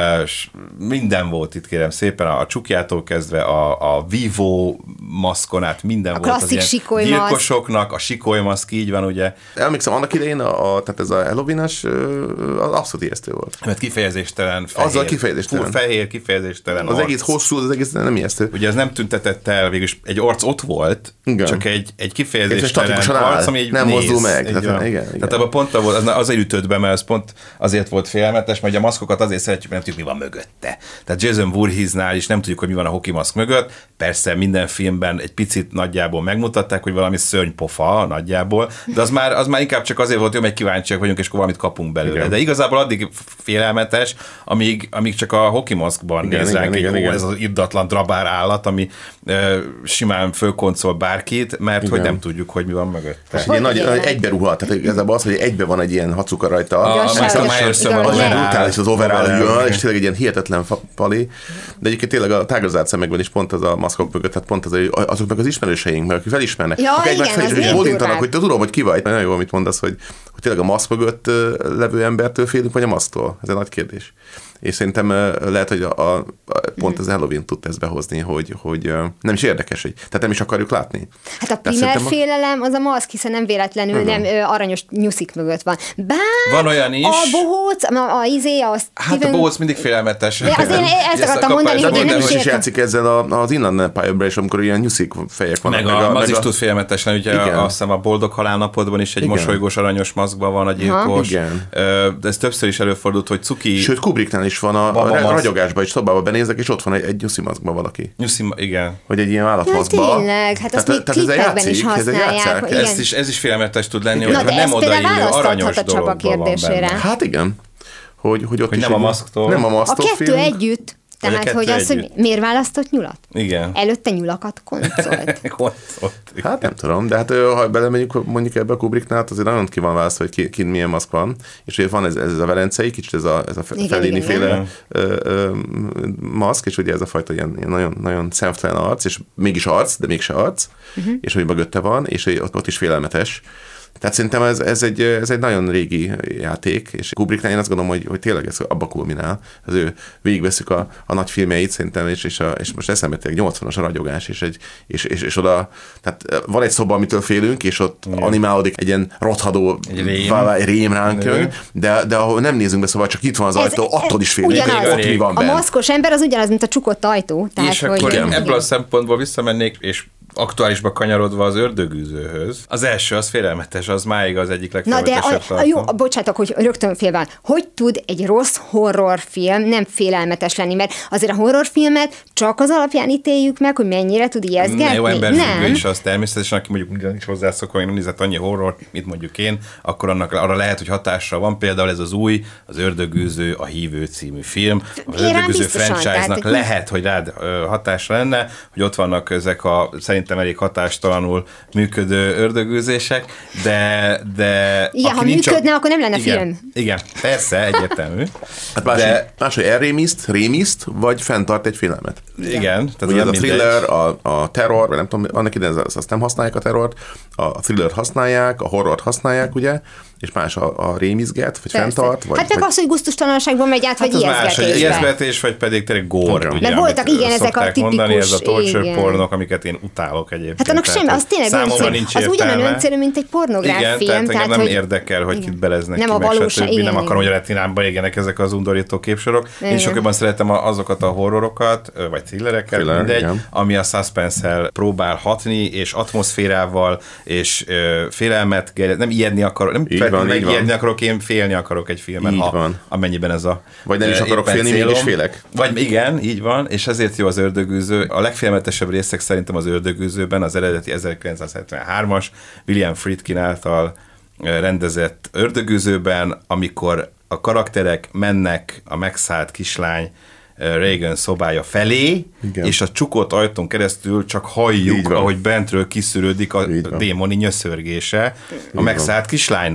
és minden volt itt, kérem szépen, a csukjától kezdve a, a Vivo maszkon át minden A volt az klasszik ilyen sikoly maszk. gyilkosoknak, a sikoly maszk, így van, ugye. Emlékszem, annak idején, a, a, tehát ez a Halloween-es az abszolút ijesztő volt. Mert kifejezéstelen, fehér. Azzal kifejezéstelen. Full fehér, kifejezéstelen Az arc. egész hosszú, az egész nem ijesztő. Ugye ez nem tüntetett el, végülis egy arc ott volt, Igen. csak egy, egy És kifejezéstelen statikusan áll, arc, ami egy nem néz. mozdul meg. Egy Tehát, olyan. igen, igen. Tehát abban pont volt, az, azért ütött be, mert ez pont azért volt félelmetes, mert a maszkokat azért szeretjük, mert nem tudjuk, mi van mögötte. Tehát Jason Voorheesnál is nem tudjuk, hogy mi van a hoki maszk mögött. Persze minden filmben egy picit nagyjából megmutatták, hogy valami szörnypofa nagyjából, de az már, az már inkább csak azért volt jó, mert kíváncsiak vagyunk, és akkor valamit kapunk belőle. Igen. De igazából addig félelmetes, amíg, amíg csak a hoki maszkban Igen, néz igen, ránk, igen, egy, ó, igen. ez az irdatlan drabár állat, ami e, simán fölkoncol bárkit, mert Igen. hogy nem tudjuk, hogy mi van mögötte. És egy nagy, ilyen? egybe ruhal, tehát igazából az, hogy egybe van egy ilyen hacuka rajta, A, Igazság, a Michael igazság, Myers-ön igazság. van az Igen. overall. brutális, az overall Overall, jön, igen. és tényleg egy ilyen hihetetlen fa- pali, de egyébként tényleg a tágazárt szemekben is pont az a maszkok mögött, tehát pont az, hogy azok meg az ismerőseink, mert akik felismernek. Ja, akik egymást igen, az felismernek, és még bólintanak, durvább. hogy te tudom, hogy ki vagy. Nagyon jó, amit mondasz, hogy, hogy tényleg a maszk mögött ö, levő embertől félünk, vagy a maszktól. Ez egy nagy kérdés. És szerintem ö, lehet, hogy a, a, pont az Halloween tudta ezt behozni, hogy, hogy ö, nem is érdekes, hogy, tehát nem is akarjuk látni. Hát a De primer szerintem a- félelem az a maszk, hiszen nem véletlenül nem ö, aranyos nyuszik mögött van. Bár Van olyan is. a bohóc, a, a izé, a Hát Steven... a bohóc mindig félelmetes. De azért ezt akartam a mondani, kapás- hogy én nem Most is is értem. játszik ezzel a, az Inland Empire-ben, és amikor ilyen nyuszik fejek vannak. Meg, a, az is tud félelmetes lenni, ugye Igen. azt hiszem a Boldog halálnapodban is egy Igen. mosolygós aranyos maszkban van a gyilkos. Igen. Ö, De ez többször is előfordult, hogy cuki... Sőt, Kubricknál is van a, Baba a maszk. ragyogásban, és szobába benézek, és ott van egy, egy nyuszi maszkban valaki. Nyuszi, igen. Vagy egy ilyen Ja, állatmaszkban. tényleg, hát azt még tehát ezzel klipekben is játszik, ezzel használják. játsszák. Igen. Ez is, ez is félelmetes tud lenni, Na, hogy de nem ez például odaillő aranyos választhathat a Csaba dologban van kérdésére. benne. Hát igen. Hogy, hogy ott Hogy is nem a egy- maszktól. Nem a A maszktól kettő félünk. együtt, Vagy a tehát kettő hogy az, hogy együtt. miért választott nyulat? Igen. Előtte nyulakat koncolt. Ott, ott. Hát nem tudom, de hát ö, ha belemegyünk mondjuk ebbe a Kubricknál, azért nagyon ki van választva, hogy ki, ki milyen maszk van. És ugye van ez, ez a velencei, kicsit ez a, ez a Igen, Fellini igen, féle igen. ö, ö, maszk, és ugye ez a fajta ilyen, ilyen nagyon, nagyon szemtelen arc, és mégis arc, de mégse arc, uh-huh. és hogy mögötte van, és hogy ott, ott is félelmetes. Tehát szerintem ez, ez, egy, ez egy nagyon régi játék, és Kubricknál én azt gondolom, hogy, hogy tényleg ez abba kulminál. Az ő végigveszük a, a nagy filmjeit szerintem, és, és, a, és most eszembe tényleg nyolcvanas a ragyogás, és, egy, és, és, és oda, tehát van egy szoba, amitől félünk, és ott igen. animálódik egy ilyen rothadó Egy rém. vá- rém ránk Nő. jön, de, de ahol nem nézünk be, szóval csak itt van az ajtó, attól is félünk, ugyanaz. hogy ott mi van A benne. maszkos ember az ugyanaz, mint a csukott ajtó. Tehát, És hogy, akkor igen. ebből a szempontból visszamennék, és aktuálisba kanyarodva az ördögűzőhöz. Az első, az félelmetes, az máig az egyik Na de legfélelmetesebb. a, a, jó, bocsátok, hogy rögtön félben. Hogy tud egy rossz horrorfilm nem félelmetes lenni? Mert azért a horrorfilmet csak az alapján ítéljük meg, hogy mennyire tud ijesztgetni. Ne, jó emberfüggő nem. is az természetesen, aki mondjuk nincs hozzászokva, hogy nem nézett annyi horror, mint mondjuk én, akkor annak arra lehet, hogy hatással van. Például ez az új, az Ördögűző, a Hívő című film. Az Én rám Ördögűző biztosan, franchise-nak tehát, lehet, hogy rád ö, hatása lenne, hogy ott vannak ezek a szerintem elég hatástalanul működő ördögűzések, de, de Igen, aki ha nincs működne, akkor nem lenne igen, film. Igen, persze, egyértelmű. Hát más, de más, hogy elrémiszt, rémiszt, vagy fenntart egy félelmet. igen, tehát Ugye ez nem a mindegy. thriller, a, a terror, vagy nem tudom, annak idején azt azt nem használják a terrort, a thrillert használják, a horrort használják, ugye, és más a, a rémizget, vagy Persze. fenntart, vagy... Hát meg vagy... az, hogy gusztustalanságban megy át, vagy Hát az más, hogy ijeszgetésbe. ijesztgetés, vagy pedig tényleg gór. Igen. Ugye, Mert voltak, amit igen, ezek a szokták mondani, ez a tipikus, torture igen. pornok, amiket én utálok egyébként. Hát annak semmi, az tényleg számomra öncélű. nincs Az ugyanolyan értelme. öncélű, mint egy pornográf Igen, film. tehát engem nem hogy... érdekel, hogy igen. kit beleznek Nem ki, a meg valóság, stb. igen, Nem akarom, hogy igen. a retinában égjenek ezek az undorító képsorok. Én Igen. sokkal jobban szeretem a- azokat a horrorokat, vagy thrillereket, Thriller, mindegy, igen. ami a suspense-el próbál hatni, és atmoszférával, és ö, félelmet, gerjed- nem ijedni akarok, nem Így feltétlenül van, így van. megijedni akarok, én félni akarok egy filmen, Így ha, van. amennyiben ez a Vagy nem is ö, akarok éppen félni, célom. mégis félek. Vagy igen, így van, és ezért jó az Ördögűző. A legfélelmetesebb részek szerintem az Ördögűzőben az eredeti ezerkilencszázhetvenhármas William Friedkin által rendezett Ördögűzőben, amikor a karakterek mennek a megszállt kislány Reagan szobája felé, Igen. és a csukott ajtón keresztül csak Így halljuk, van. ahogy bentről kiszűrődik a Így van. démoni nyöszörgése a megszállt kislánynak.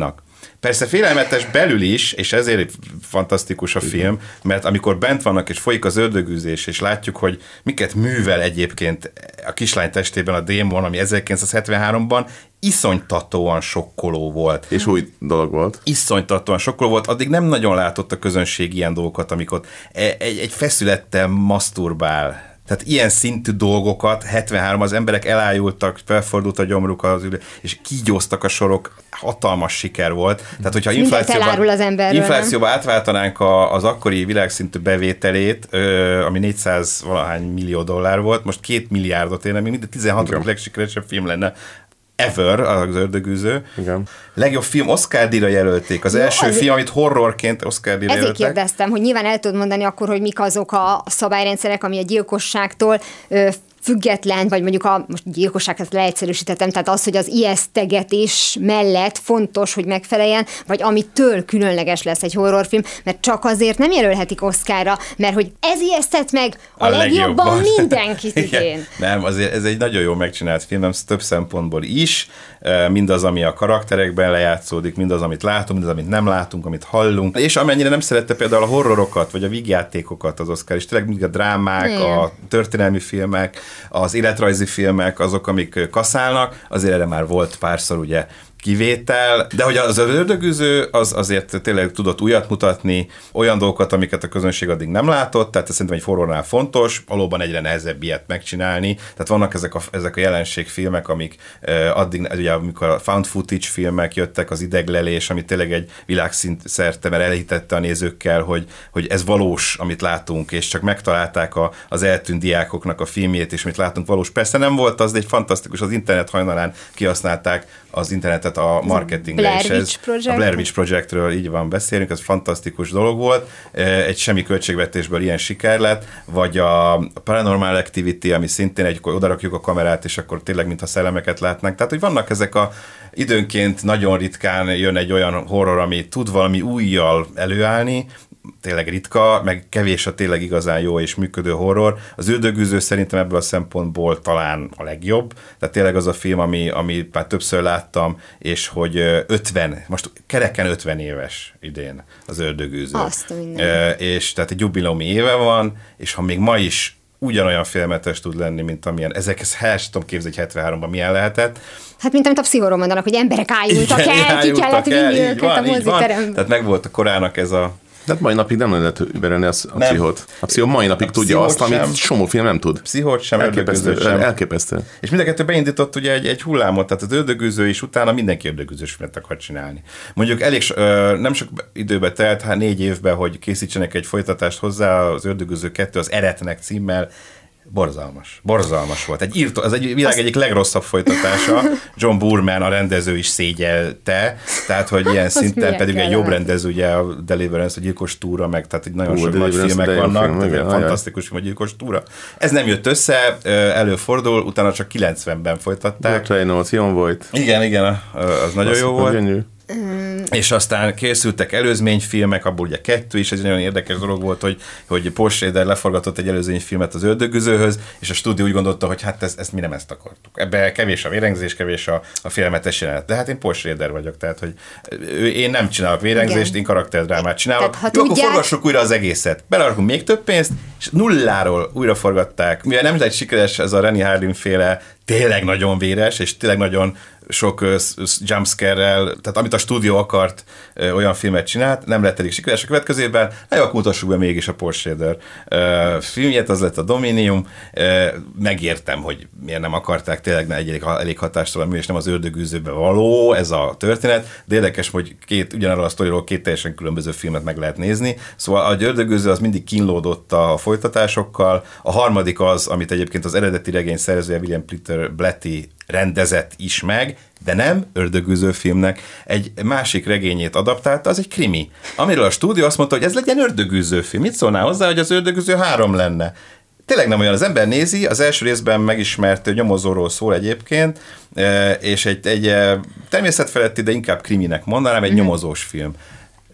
Persze félelmetes belül is, és ezért fantasztikus a film, mert amikor bent vannak és folyik az ördögűzés, és látjuk, hogy miket művel egyébként a kislány testében a démon, ami ezerkilencszázhetvenháromban iszonytatóan sokkoló volt. És új dolog volt. Iszonytatóan sokkoló volt, addig nem nagyon látott a közönség ilyen dolgokat, amikor egy, egy feszülettel maszturbál. Tehát ilyen szintű dolgokat, hetvenhárom az emberek elájultak, felfordult a gyomruk az ülő, és kígyóztak a sorok, hatalmas siker volt. Tehát, hogyha inflációban, az emberről, inflációban átváltanánk a, az akkori világszintű bevételét, ami négyszáz valahány millió dollár volt, most két milliárdot érne, még mind a tizenhatodik legsikeresebb film lenne ever, az ördögűző. Igen. Legjobb film Oscar-díjra jelölték. Az Jó, első az film, amit horrorként Oscar-díjra ezért jelöltek. Ezért kérdeztem, hogy nyilván el tudod mondani akkor, hogy mik azok a szabályrendszerek, ami a gyilkosságtól ö, független, vagy mondjuk a most gyilkossághoz leegyszerűsítettem, tehát az, hogy az ijesztegetés mellett fontos, hogy megfeleljen, vagy amitől különleges lesz egy horrorfilm, mert csak azért nem jelölhetik Oscarra, mert hogy ez ijesztett meg a, a legjobban, legjobban mindenkit idén. Nem, azért ez egy nagyon jól megcsinált film, több szempontból is, mindaz, ami a karakterekben lejátszódik, mindaz, amit látunk, mindaz, amit nem látunk, amit hallunk, és amennyire nem szerette például a horrorokat, vagy a vígjátékokat az Oscar, és tényleg mindig a drámák, Igen. a történelmi filmek, az életrajzi filmek, azok, amik kaszálnak, azért erre már volt párszor ugye kivétel, de hogy az ördögűző az azért tényleg tudott újat mutatni, olyan dolgokat, amiket a közönség addig nem látott, tehát ez szerintem egy horrornál fontos, valóban egyre nehezebb ilyet megcsinálni, tehát vannak ezek a, ezek a jelenségfilmek, amik eh, addig, ugye amikor a found footage filmek jöttek, az ideglelés, ami tényleg egy világszint szerte, mert elhitette a nézőkkel, hogy, hogy ez valós, amit látunk, és csak megtalálták a, az eltűnt diákoknak a filmjét, és amit látunk valós. Persze nem volt az, de egy fantasztikus, az internet hajnalán kihasználták az internetet a marketingre, és ez a Blair Witch Projectről így van beszélünk, ez fantasztikus dolog volt, egy semmi költségvetésből ilyen siker lett, vagy a Paranormal Activity, ami szintén egy, odarakjuk a kamerát, és akkor tényleg mintha szellemeket látnánk, tehát hogy vannak ezek a időnként nagyon ritkán jön egy olyan horror, ami tud valami újjal előállni, tényleg ritka, meg kevés a tényleg igazán jó és működő horror. Az Ördögűző szerintem ebből a szempontból talán a legjobb. Tehát tényleg az a film, ami, ami már többször láttam, és hogy ötven, most kereken ötven éves idén az Ördögűző. Azt minden. És tehát egy jubileumi éve van, és ha még ma is ugyanolyan filmetes tud lenni, mint amilyen, ezek, ezt el sem tudom képzelni, hogy hetvenháromban milyen lehetett. Hát mint amit a pszichóról mondanak, hogy emberek ájultak Igen, el, ki kellett vinni őket van, a moziterembe. Tehát megvolt a korának ez a De hát mai napig nem lehet überelni a pszichót. A pszichó mai napig a tudja azt, sem, amit somó film nem tud. Pszichót sem, elképesztő. sem. Elképesztő. És mind a kettő beindított ugye egy, egy hullámot, tehát az Ördögűző is utána mindenki ördögűzős filmet akar csinálni. Mondjuk elég nem sok időbe telt, hát négy évben, hogy készítsenek egy folytatást hozzá, az Ördögűző kettő az Eretnek címmel. Borzalmas. Borzalmas volt. Egy írtó, az egy világ Azt... egyik legrosszabb folytatása. John Boorman, a rendező is szégyelte, tehát, hogy ilyen szinten pedig egy jobb rendező, ugye a Deliverance, a Gyilkos túra, meg tehát egy nagyon sok nagy filmek vannak, film, igen, fantasztikus film, a Gyilkos túra. Ez nem jött össze, előfordul, utána csak kilencvenben folytatták. Reynolds, Jon Voight. Igen, igen, az nagyon Azt jó volt. Gyönyörű. Mm. És aztán készültek előzményfilmek, abból ugye kettő is, ez egy nagyon érdekes dolog volt, hogy, hogy Paul Schrader leforgatott egy előzményfilmet az Ördögűzőhöz, és a stúdió úgy gondolta, hogy hát ezt, ezt mi nem ezt akartuk. Ebbe kevés a vérengzés, kevés a, a félelmetes jelenet. De hát én Paul Schrader vagyok, tehát hogy én nem csinálok vérengzést, Igen. én karakterdrámát csinálok. Tehát, Jó, tudják... akkor forgassuk újra az egészet. Belerakunk még több pénzt, és nulláról újra forgatták. Mivel nem lett sikeres ez a Rennie Harlin féle, tényleg nagyon véres, és tényleg nagyon sok uh, jumpscare-rel, tehát amit a stúdió akart, uh, olyan filmet csinált, nem lett elég sikeres a következő évben, na jó, akkor mutassuk be mégis a Paul Schrader uh, filmjét, az lett a Dominium, uh, megértem, hogy miért nem akarták, tényleg egy elég, elég hatástalan mű, és nem az Ördögűzőbe való ez a történet, de érdekes, hogy két, ugyanarról a sztoriról két teljesen különböző filmet meg lehet nézni, szóval a Ördögűző az mindig kínlódott a folytatásokkal, a harmadik az, amit egyébként az eredeti regény szerzője William Peter Blatty rendezett is meg, de nem Ördögűző filmnek egy másik regényét adaptálta, az egy krimi, amiről a stúdió azt mondta, hogy ez legyen Ördögűző film. Mit szólnál hozzá, hogy az Ördögűző három lenne? Tényleg nem olyan, az ember nézi, az első részben megismert nyomozóról szól egyébként, és egy, egy természetfeletti, de inkább kriminek mondanám, egy mm-hmm. nyomozós film.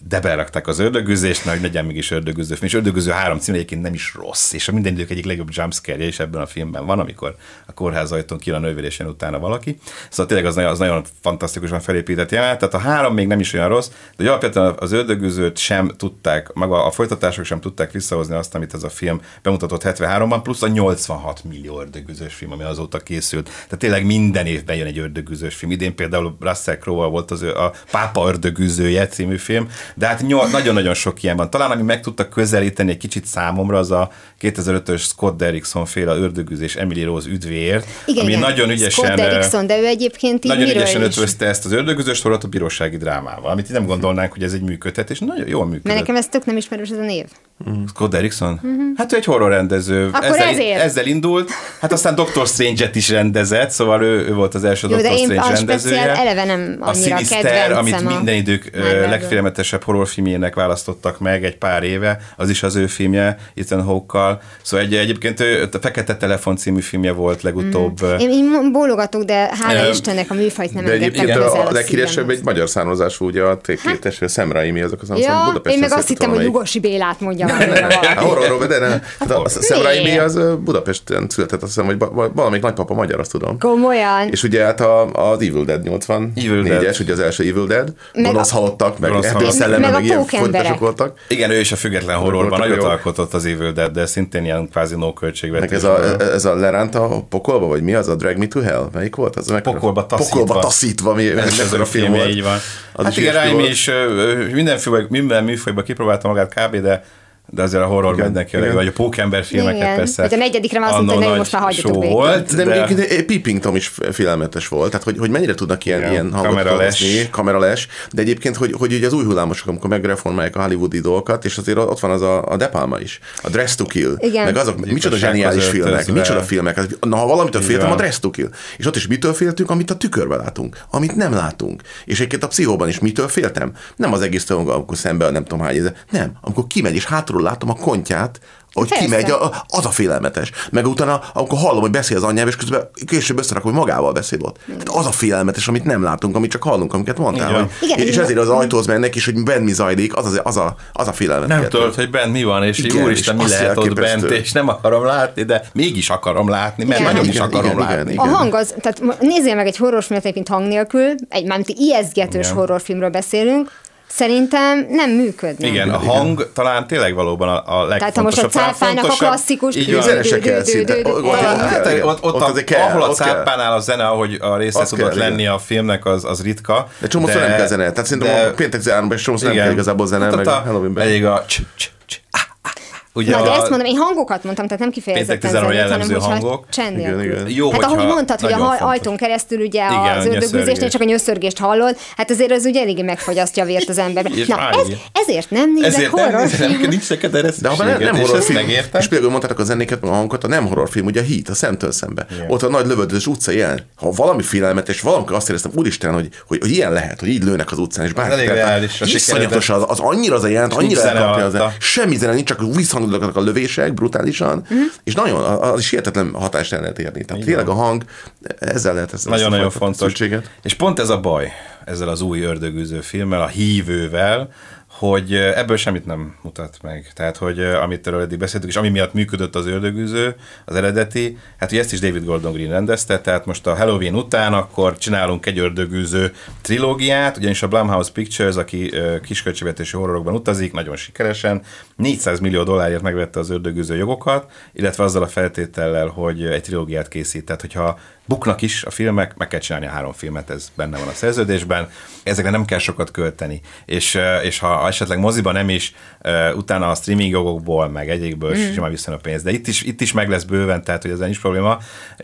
de berakták az ördögüzést, mert legyen mégis ördögüző film. És ördögüző három cím egyébként nem is rossz, és a minden idők egyik legjobb jumpscare-je is ebben a filmben van, amikor a kórház ajtón killan nővérésen utána valaki. Szóval tényleg az nagyon, az nagyon fantasztikusan felépített jelenet. Tehát a három még nem is olyan rossz, de alapvetően az ördögüzőt sem tudták, maga a folytatások sem tudták visszahozni azt, amit ez a film bemutatott hetvenháromban, plusz a nyolcvanhat millió ördögüzős film, ami azóta készült. Tehát tényleg minden évben jön egy ördögüzős film. Idén például Russell Crowe volt az a Pápa ördögüzője című film, de hát nyol, nagyon-nagyon sok ilyen van. Talán ami meg tudta közelíteni egy kicsit számomra, az a kétezer-ötös Scott Derrickson féle ördögüzés Emily Rose üdvéért, igen, ami igen. nagyon ügyesen, Scott Derrickson, de ő egyébként nagyon így ügyesen is? ötvözte ezt az ördögüzős sorozatot a bírósági drámával, amit nem gondolnánk, hogy ez egy működhet, és nagyon jól működött. Mert nekem ez tök nem ismerős ez a név. Mm. Scott Derrickson? Uh-huh. Hát ő egy horrorrendező. Akkor ezzel, ezért. ezzel indult, hát aztán Doctor Strange-et is rendezett, szóval ő, ő volt az első Jó, Doctor Strange rendezője. rendezője. De én eleve nem annyira a Sinister, amit minden idők Marvelből. legfélelmetesebb horrorfilmjének választottak meg egy pár éve, az is az ő filmje, Ethan Hawke-kal. Szóval egy, egyébként ő, a Fekete Telefon című filmje volt legutóbb. Mm. Én így bólogatok, de hála Um, Istennek a műfajt nem de engedtem egyébként közel a, a legkíresebb szívemhez. egy magyar származású, ugye a kétes Sam Raimi, azok az Ja, Budapesten én meg azt született hittem, hogy valamelyik. Lugosi Bélát mondja valamire valaki. Hát horrorról, de nem. Tehát a Sam miért? Raimi az Budapesten született, azt hiszem, hogy ba- valamelyik nagypapa magyar, azt tudom. Komolyan. És ugye hát a, az Evil Dead Evil nyolcvannégyes, ugye az első Evil Dead, Meg gonosz a- halottak, meg Gonosz halottak. erdőszelleme, Meg a meg ilyen pókemberek. folytatások voltak. Igen, ő is a független horrorban Voltak nagyot jók. alkotott az Evil Dead, de szintén ilyen kvázi no Meg költségvetés. ez a, ez a leránt a pokolba, vagy mi az a Drag Me to Hell? Melyik volt? Az meg Pokolba taszítva. Pokolba taszítva, mi, Ez is az ő filmje, így van. Az Hát is igen, ilyesmi Raimi volt. is ö, minden, fő, minden műfajban kipróbálta magát kb., de de azért a horror Igen, mindenki, igen. vagy a pókember filmeket Igen. persze. Hogy a negyedikre már azt mondta, hogy annó nem, most már nagy hagyjatok show végre. volt, De, de, de Peeping Tom is félelmetes volt, tehát hogy, hogy mennyire tudnak ilyen, Igen, ilyen hangot kamerales. hozni, kamerales, de egyébként, hogy, hogy ugye az új hullámosok, amikor megreformálják a hollywoodi dolgokat, és azért ott van az a, a De Palma is, a Dress to Kill, Igen. meg azok, micsoda Gyilkossághoz zseniális filmek, öltözve. micsoda filmek, hát, na ha valamitől Így féltem, van. a Dress to Kill. És ott is mitől féltünk, amit a tükörben látunk, amit nem látunk. És egyébként a Pszichóban is mitől féltem? Nem az egész tőlünk, amikor szemben nem tudom hány éve, nem, amikor kimegy és hátulról látom a kontját, hogy Persze. kimegy, a- az a félelmetes. Meg utána, amikor hallom, hogy beszél az anyjával, és közben később összerak, hogy magával beszél ott. Tehát az a félelmetes, amit nem látunk, amit csak hallunk, amiket mondtál. Igen. Hogy, Igen, és igen. ezért az ajtóhoz mennek, és hogy benn mi zajlik, az, az, az, a, az a félelmet. nem keltő. tudod, hogy bent mi van, és Igen, úristen, és mi azt lehet ott elképesztő. bent, és nem akarom látni, de mégis akarom látni, mert Igen. nagyon is Igen, akarom igen, látni. igen, A hang az, tehát nézzél meg egy horrorfilmet egyébként hang nélkül, egy mármint ijesztgetős Igen. horrorfilmről beszélünk, szerintem nem működne. Igen, a hang talán tényleg valóban a, a legfontosabb. Tehát ha most a talán cápának a fontosabb- klasszikus... Így van. Zene se kell szinte. dő- dő- dő- Ott- Talán, ott hát, kell, ott, ott, ott a, azért kell, ahol a ott kell. cápánál a zene, ahogy a része Az tudott kell, lenni igen. a filmnek, az, az ritka. De csomószor nem kell zene. Tehát szerintem a péntek záromban is csomószor nem kell igazából zene, Hát meg ott a a- Halloweenben. elég a cs, cs, cs, ah, ah. Ugye Na, de a- ezt mondom, én hangokat mondtam, tehát nem kifejezetten Péntek tizenharmadikra zenét, hanem jellemző hogyha hangok. csend Igen, nélkül. igen. Jó, Hát hogyha ahogy mondtad, hogy a nagyon haj- fontos. ajtón keresztül ugye Igen, az ördögüzésnél nyöszörgés. csak a nyöszörgést hallod, hát azért az ugye eléggé megfagyasztja a vért az emberben. És Na, már ez, igen. ezért nem nézek Ezért nem, horrorfilmet. nem, nincs neked erre De ha nem, nem szükséged, és ezt horrorfilm, megértem. és például mondtátok a zenéket, meg a hangokat, a nem horrorfilm, ugye a Heat, a Szemtől szembe. Igen. Ott a nagy lövöldözés utca jelen. Ha valami félelmetes, valamikor azt éreztem, úristen, hogy, hogy, hogy ilyen lehet, hogy így lőnek az utcán, és bárki. elég Tehát reális, a iszonyatos az, az annyira az a jelent, nincs annyira zene elkapja az alatta. semmi zene nincs, csak visszhangolnak a lövések brutálisan, és nagyon, az is hihetetlen hatást el lehet érni. Tehát tényleg a hang, ezzel lehet ezt Nagyon-nagyon ezt a fajta fontos. feszültséget. És pont ez a baj ezzel az új ördögűző filmmel, a Hívővel, hogy ebből semmit nem mutat meg. Tehát, hogy amit erről eddig beszéltük, és ami miatt működött az ördögűző, az eredeti, hát ugye ezt is David Gordon Green rendezte, tehát most a Halloween után akkor csinálunk egy ördögűző trilógiát, ugyanis a Blumhouse Pictures, aki kisköltségvetési horrorokban utazik, nagyon sikeresen, négyszáz millió dollárért megvette az ördögűző jogokat, illetve azzal a feltétellel, hogy egy trilógiát készít. Tehát, hogyha buknak is a filmek, meg kell csinálni a három filmet, ez benne van a szerződésben, ezekre nem kell sokat költeni. És, és ha esetleg moziban nem is, utána a streaming jogokból, meg egyikből mm. simán visszajön a pénz. De itt is, itt is meg lesz bőven, tehát hogy ez nincs probléma.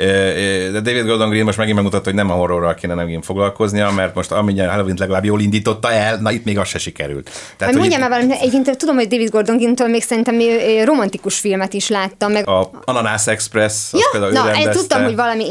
De David Gordon Green most megint megmutatta, hogy nem a horrorral kéne megint foglalkoznia, mert most amilyen Halloween legalább jól indította el, na itt még az se sikerült. Tehát, Majd mondjam itt, már valamit, egyébként tudom, hogy David Gordon Green-től még szerintem romantikus filmet is láttam, meg a Ananász Express, az ja, például ő na, én rendezte. tudtam, hogy valami, igen, jó.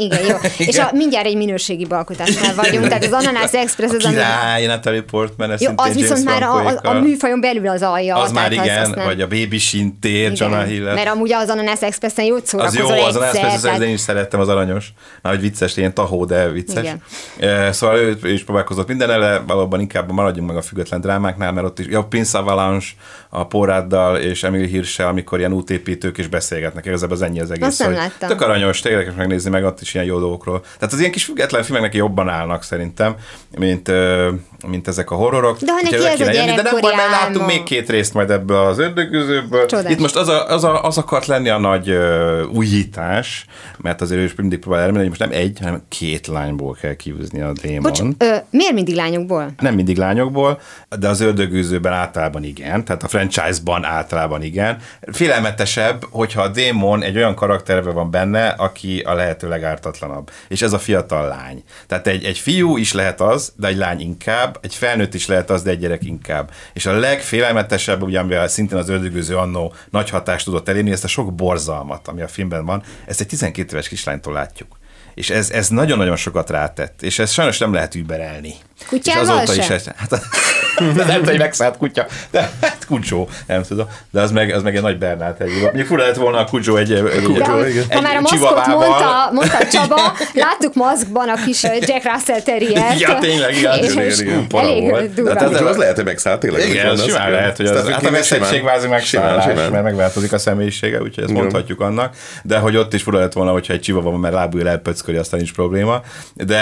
És a, mindjárt egy minőségi alkotásnál vagyunk, tehát az Ananász Express az, a király, Natalie Portman, ez jó, az viszont már a, a, a műfajon belül az alja. Az már igen, az, az vagy a Baby Sintér, Jonah Hill. Mert amúgy az Ananász Expressen jót szórakozol egyszer. Az jó, az Ananász egyszer, Express, én is szerettem, az aranyos. Már hogy vicces, ilyen tahó, de vicces. Igen. Szóval ő, ő is próbálkozott minden ele, valóban inkább maradjunk meg a független drámáknál, mert ott is, ja, Prince Avalanche, a Paul Ruddal és Emily Hirschel, amikor ilyen útépítők is beszélgetnek, igazából az ennyi az egész. Azt nem láttam. Tök aranyos, tényleg megnézni meg, ott is ilyen jó dolgokról. Tehát az ilyen kis független filmek neki jobban állnak szerintem, mint, mint ezek a horrorok. De ha neki ez a gyerekkori De nem baj, mert láttunk még két részt majd ebből az ördögűzőből. Csodás. Itt most az, a, az, a, az akart lenni a nagy uh, újítás, mert azért ő is mindig próbál elmenni, hogy most nem egy, hanem két lányból kell kiűzni a démon. Bocs, ö, miért mindig lányokból? Nem mindig lányokból, de az ördögűzőben általában igen, tehát a franchise-ban általában igen. Félelmetesebb, hogyha a démon egy olyan karakterben van benne, aki a lehető legártatlanabb. És ez a fiatal lány. Tehát egy, egy fiú is lehet az, de egy lány inkább, egy felnőtt is lehet az, de egy gyerek inkább. És a legfélelmetesebb, ugye, amivel szintén az ördögűző annó nagy hatást tudott elérni, ezt a sok borzalmat, ami a filmben van, ezt egy tizenkét éves kislánytól látjuk. És ez, ez nagyon-nagyon sokat rátett, és ez sajnos nem lehet überelni. Kutyával és is ez, hát, nem tudom, hogy megszállt kutya, de hát kucsó, nem tudom, de az meg, az meg egy nagy Bernát egy. Még fura lett volna a kucsó egy, egy, egy, egy, egy ha már a maszkot mondta, mondta Csaba, láttuk maszkban a kis Jack Russell Terriert. Ja, tényleg, igen, és igen, igen, para elég volt. durva. Hát az, az lehet, hogy megszállt tényleg. Igen, az simán lehet, hogy az, hát a veszettség vázi megszállás, mert megváltozik a személyisége, úgyhogy ezt mondhatjuk annak, de hogy ott is fura lett volna, hogyha egy csivava van, mert lábújjal elpöcköli, aztán nincs probléma, de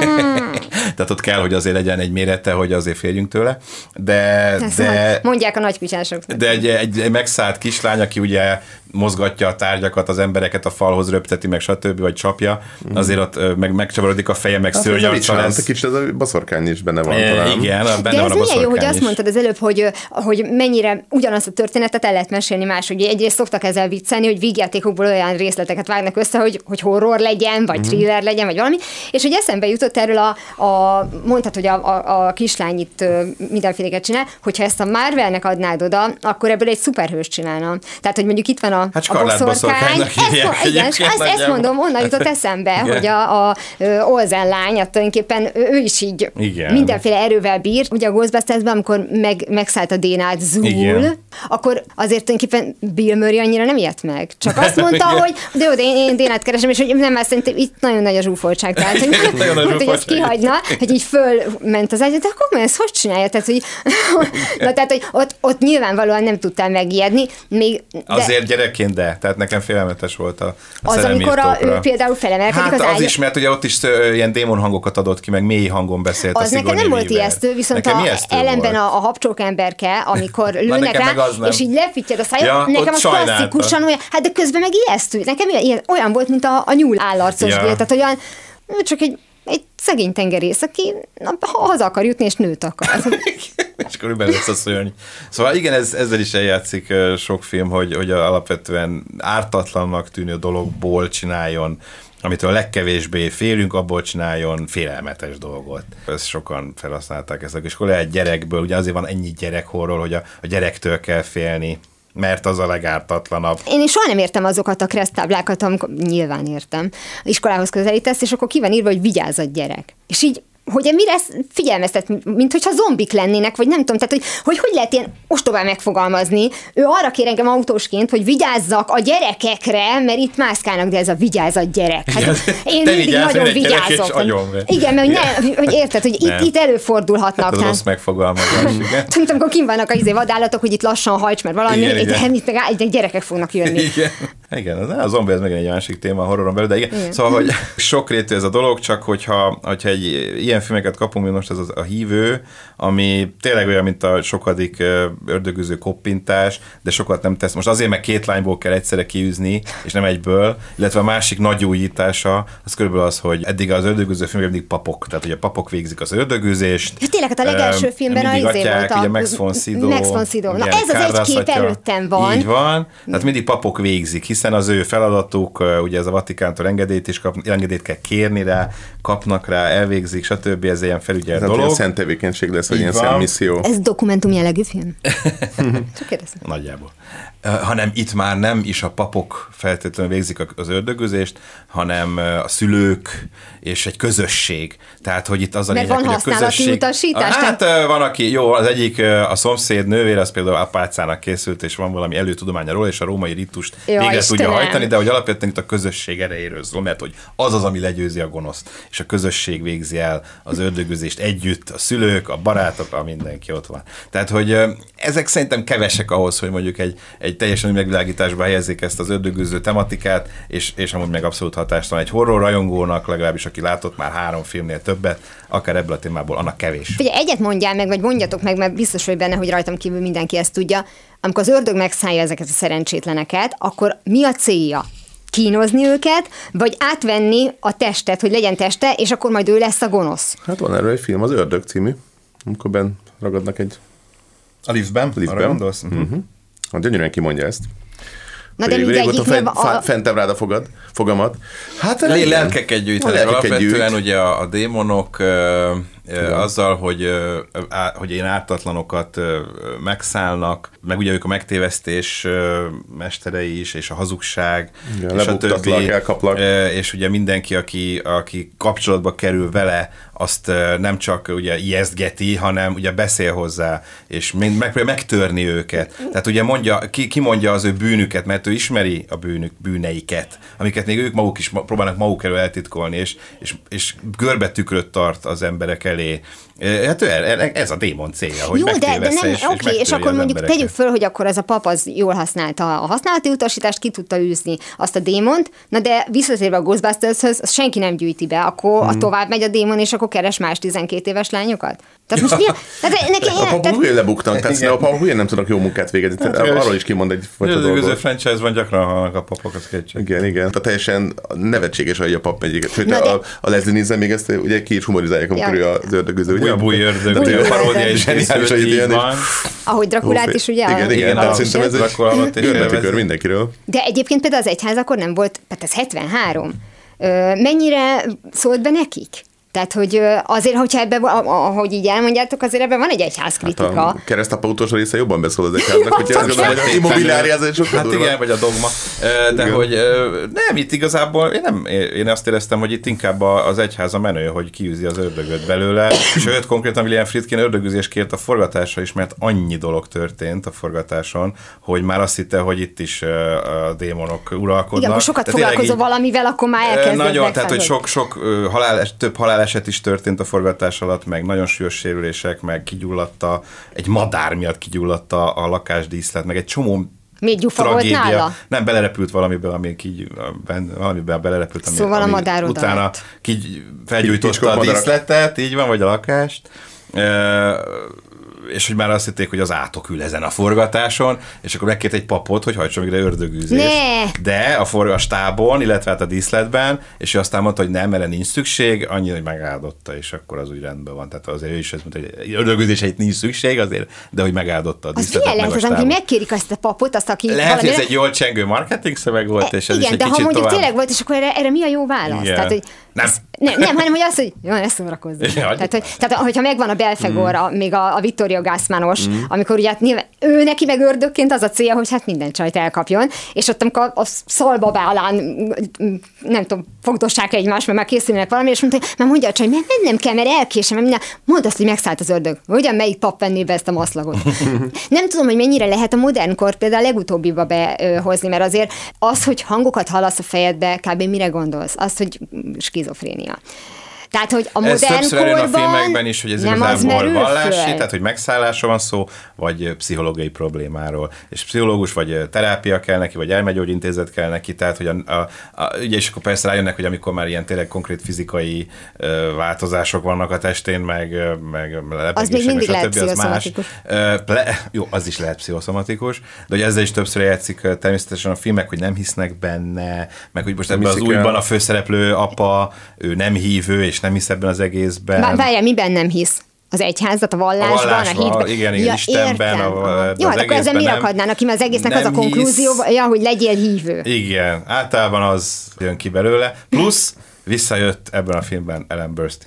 tehát ott kell, hogy azért legyen egy mérete, hogy azért férjünk tőle, de... de mondják a nagykutyásoknak. De egy, egy, egy megszállt kislány, aki ugye mozgatja a tárgyakat, az embereket a falhoz röpteti, meg stb. Vagy csapja, azért ott meg, megcsavarodik a feje, meg szőrnyarca lesz. Egy kicsit ez a baszorkány is benne van. E, igen, benne de van a ez milyen jó, hogy azt is. mondtad az előbb, hogy, hogy mennyire ugyanazt a történetet el lehet mesélni más, hogy egyrészt szoktak ezzel viccelni, hogy vígjátékokból olyan részleteket vágnak össze, hogy, hogy horror legyen, vagy uh-huh. thriller legyen, vagy valami, és hogy eszembe jutott erről a, a mondtad, hogy a, a, a kislány itt mindenféléket csinál, hogyha ezt a Marvelnek adnád oda, akkor ebből egy szuperhős csinálna. Tehát, hogy mondjuk itt van a, hát a boszorkány. Ezt, igen, ezt, ezt mondom, onnan jutott eszembe, igen. hogy a, a, a Olsen lány, tulajdonképpen ő is így igen. mindenféle erővel bír. Ugye a Ghostbustersben, amikor meg, megszállt a Dénát Zul, akkor azért tulajdonképpen Bill Murray annyira nem ijedt meg. Csak azt mondta, hogy de jó, de én, én Dénát keresem, és hogy nem, mert szerintem itt nagyon nagy a zsúfoltság. Tehát, hogy, hogy, hogy ezt kihagyna, hogy így fölment az ágy, de akkor ezt hogy csinálja? Tehát, hogy, na, tehát, hogy ott, ott nyilvánvalóan nem tudtál megijedni. Még, de... Azért gyerekként, de. Tehát nekem félelmetes volt a, a az, amikor a, ő például felemelkedik hát az ágy. az is, mert ugye ott is uh, ilyen démon hangokat adott ki, meg mély hangon beszélt. Az a nekem nem volt ijesztő, viszont a ellenben a, a habcsók emberke, amikor lőnek rá, és így lefittyed a száját, ja, nekem az klasszikusan olyan, hát de közben meg ijesztő. Nekem ilyen, olyan volt, mint a, a nyúl állarcos ja. Gél, tehát olyan, csak egy egy szegény tengerész, aki na, haza akar jutni, és nőt akar. És akkor benne lesz a szörny. Szóval igen, ez, ezzel is eljátszik sok film, hogy, hogy alapvetően ártatlannak tűnő dologból csináljon, amitől a legkevésbé félünk, abból csináljon félelmetes dolgot. Ezt sokan felhasználták ezt, és akkor lehet gyerekből, ugye azért van ennyi gyerekhorról, hogy a, a gyerektől kell félni, mert az a legártatlanabb. Én is soha nem értem azokat a kereszttáblákat, amikor nyilván értem. Iskolához közelítesz, és akkor ki van írva, hogy vigyázzat gyerek. És így hogy mire figyelmeztet, mint hogyha zombik lennének, vagy nem tudom, tehát hogy hogy, hogy lehet ilyen ostobán megfogalmazni. Ő arra kér engem autósként, hogy vigyázzak a gyerekekre, mert itt mászkálnak, de ez a vigyázzat gyerek. Hát én mindig vigyázz, nagyon vigyázok. Igen, mert hogy, hogy érted, hogy itt, itt előfordulhatnak. Hát az rossz megfogalmazás. Tudom, amikor kim vannak a izé vadállatok, hogy itt lassan hajts, mert valami, igen, igen. itt meg gyerekek fognak jönni. Igen. Igen, a zombi ez meg egy másik téma a horroron belül, de igen. igen. Szóval, hogy sokrétű ez a dolog, csak hogyha, hogyha egy ilyen filmeket kapunk, mint most ez a hívő, ami tényleg olyan, mint a sokadik ördögűző koppintás, de sokat nem tesz. Most azért meg két lányból kell egyszerre kiűzni, és nem egyből, illetve a másik nagy újítása, az körülbelül az, hogy eddig az ördögűző filmek mindig papok, tehát hogy a papok végzik az ördögűzést. Ja, tényleg, hát a legelső filmben a izé volt a... ugye Max von Sydow. Max von Sydow. Na ez az egy kép előttem van. Így van. Tehát mindig papok végzik, hiszen az ő feladatuk, ugye ez a Vatikántól engedélyt is kap, engedélyt kell kérni rá, kapnak rá, elvégzik, stb. Ez ilyen felügyelt ez dolog. Ez szent tevékenység lesz, vagy ilyen szent misszió. Ez dokumentum jellegű film? Csak kérdezem. Nagyjából. Uh, hanem itt már nem is a papok feltétlenül végzik az ördögözést, hanem a szülők és egy közösség. Tehát, hogy itt az a lényeg, hogy a közösség... utasítás? Hát tehát... van, aki, jó, az egyik a szomszéd nővér, az például apácának készült, és van valami előtudománya róla, és a római ritust ja, végre Istenem. tudja hajtani, de hogy alapvetően itt a közösség erejéről szól, mert hogy az az, ami legyőzi a gonoszt, és a közösség végzi el az ördögözést együtt, a szülők, a barátok, a mindenki ott van. Tehát, hogy ezek szerintem kevesek ahhoz, hogy mondjuk egy, egy teljesen új megvilágításba helyezzék ezt az ördögöző tematikát, és, és amúgy meg abszolút hatástalan. Egy horror rajongónak, legalábbis aki látott már három filmnél többet, akár ebből a témából, annak kevés. Ugye egyet mondjál meg, vagy mondjatok meg, mert biztos vagy benne, hogy rajtam kívül mindenki ezt tudja. Amikor az ördög megszállja ezeket a szerencsétleneket, akkor mi a célja? Kínozni őket, vagy átvenni a testet, hogy legyen teste, és akkor majd ő lesz a gonosz? Hát van erről egy film, az Ördög című, amikor benn ragadnak egy... A liftben? Liftben. Arra gondolsz? Uh-huh. Hát gyönyörűen kimondja ezt. Na de mindegyiknél a... fentem rád a fogad, fogamat. Hát Le- lelkeket gyűjtenek. Alapvetően gyűjt. Ugye a, a démonok ö, ö, azzal, hogy, ö, á, hogy ilyen ártatlanokat ö, megszállnak, meg ugye ők a megtévesztés ö, mesterei is, és a hazugság, igen, és a többi. Elkaplak. Ö, és ugye mindenki, aki, aki kapcsolatba kerül vele, azt nem csak ugye ijesztgeti, hanem ugye beszél hozzá, és megpróbálja megtörni őket. Tehát ugye mondja, ki, ki mondja az ő bűnüket, mert ő ismeri a bűnük, bűneiket, amiket még ők maguk is próbálnak maguk elől eltitkolni, és, és, és görbe tükröt tart az emberek elé. Hát ez a démon célja, hogy jó, megtévessze, de, de és, oké, és, és akkor mondjuk embereket. tegyük föl, hogy akkor az a pap az jól használta a használati utasítást, ki tudta űzni azt a démont, na de visszatérve a Ghostbusters-höz, azt senki nem gyűjti be, akkor hmm. a tovább megy a démon, és akkor keres más tizenkét éves lányokat? Tehát most mi a... Tehát neki, a papok hülyén lebuknak, tehát a papok hülyén nem tudnak jó munkát végezni, tehát hát, arról is kimond egy fajta dolgot. Az franchise-ban gyakran hallnak a papok, az kétség. Igen, igen. Tehát teljesen nevetséges, hogy a pap megy. Sőt, de... a, a Leslie Nielsen még ezt ugye ki is humorizálják, amikor ja. ő az ördögöző. Új búj ördög, ugye a paródia is zseniális, hogy így van. Ahogy Drakulát is, ugye? Igen, igen, tehát szerintem ez egy görbetükör mindenkiről. De egyébként például az egyház akkor nem volt, tehát ez hetvenhárom. Mennyire szólt be nekik? Tehát, hogy azért, hogyha ebben, ahogy így elmondjátok, azért ebben van egy egyházkritika. Hát a keresztapa utolsó része jobban beszól az egyháznak, hogyha azt gondolom, hogy az immobiliáriázás sokkal Hát igen, vagy a dogma. De igen. Hogy nem, itt igazából én, nem, én azt éreztem, hogy itt inkább az egyház a menő, hogy kiűzi az ördögöt belőle. Sőt, konkrétan William Friedkin ördögüzést kért a forgatásra is, mert annyi dolog történt a forgatáson, hogy már azt hitte, hogy itt is a démonok uralkodnak. Igen, most sokat foglalkozol valamivel, akkor már elkezdett nagyon, tehát, hogy sok, sok halál, több halál eset is történt a forgatás alatt, meg nagyon súlyos sérülések, meg kigyulladta, egy madár miatt kigyulladta a lakásdíszlet, meg egy csomó még gyufa tragédia. Volt nála? Nem, belerepült valamiben, ami így, valamiben belerepült, ami, szóval ami a madár utána ki felgyújtotta a díszletet, így van, vagy a lakást. E- és hogy már azt hitték, hogy az átok ül ezen a forgatáson, és akkor megkért egy papot, hogy hajtson végre ördögűzést. De a forgastábon, illetve hát a díszletben, és ő aztán mondta, hogy nem, erre nincs szükség, annyi, hogy megáldotta, és akkor az úgy rendben van. Tehát azért ő is azt mondta, hogy ördögűzésre itt nincs szükség azért, de hogy megáldotta a díszletet. Az milyen lehet, az, hogy megkérik azt a papot, azt, aki... Lehet, hogy ez egy jól csengő marketing szöveg volt, és ez igen, is egy de kicsit ha mondjuk tovább... tényleg volt, és akkor erre, erre mi a jó válasz? Igen. Tehát, hogy nem. Ez, nem, nem, hanem hogy az, hogy jó, ne szórakozzunk. Ja, tehát, hogy, tehát, hogyha megvan a Belfegor, mm. még a, a Vittorio Gassmanos, mm. amikor ugye hát nyilván, ő neki meg ördögként az a célja, hogy hát minden csajt elkapjon, és ott amikor a szalbabálán, nem tudom, fogdossák egymást, mert már készülnek valami, és mondta, hogy már mondja a csaj, mert mennem kell, mert elkésem, mert minden, mondd azt, hogy megszállt az ördög. Ugyan melyik pap venné be ezt a maszlagot? Nem tudom, hogy mennyire lehet a modern kort például a legutóbbiba behozni, mert azért az, hogy hangokat hallasz a fejedbe, kb. Mire gondolsz? Az, hogy skizofrénia. Tehát, hogy a modern korban... Ez többször jön a filmekben is, hogy ez igazából vallási, föl. Tehát, hogy megszállásra van szó, vagy pszichológiai problémáról. És pszichológus, vagy terápia kell neki, vagy elmegyógyintézet kell neki, tehát, hogy a, a, a, ugye, és akkor persze rájönnek, hogy amikor már ilyen tényleg konkrét fizikai uh, változások vannak a testén, meg, meg lebegések, az még mindig lehet pszichoszomatikus. Uh, ple, jó, az is lehet pszichoszomatikus, de hogy ezzel is többször játszik természetesen a filmek, hogy nem hisznek benne, meg hogy most ebben az újban a főszereplő apa, ő nem hívő, és nem hisz ebben az egészben. Várjál, miben nem hisz? Az egyházat, a vallásban, a, a hitben. Igen, igen, ja, Istenben. A, jó, hát akkor ezzel mi rakadnának ki, mert az egésznek az a konklúzió, ja, hogy legyél hívő. Igen, általában az jön ki belőle. Plusz visszajött ebben a filmben Ellen Burstyn.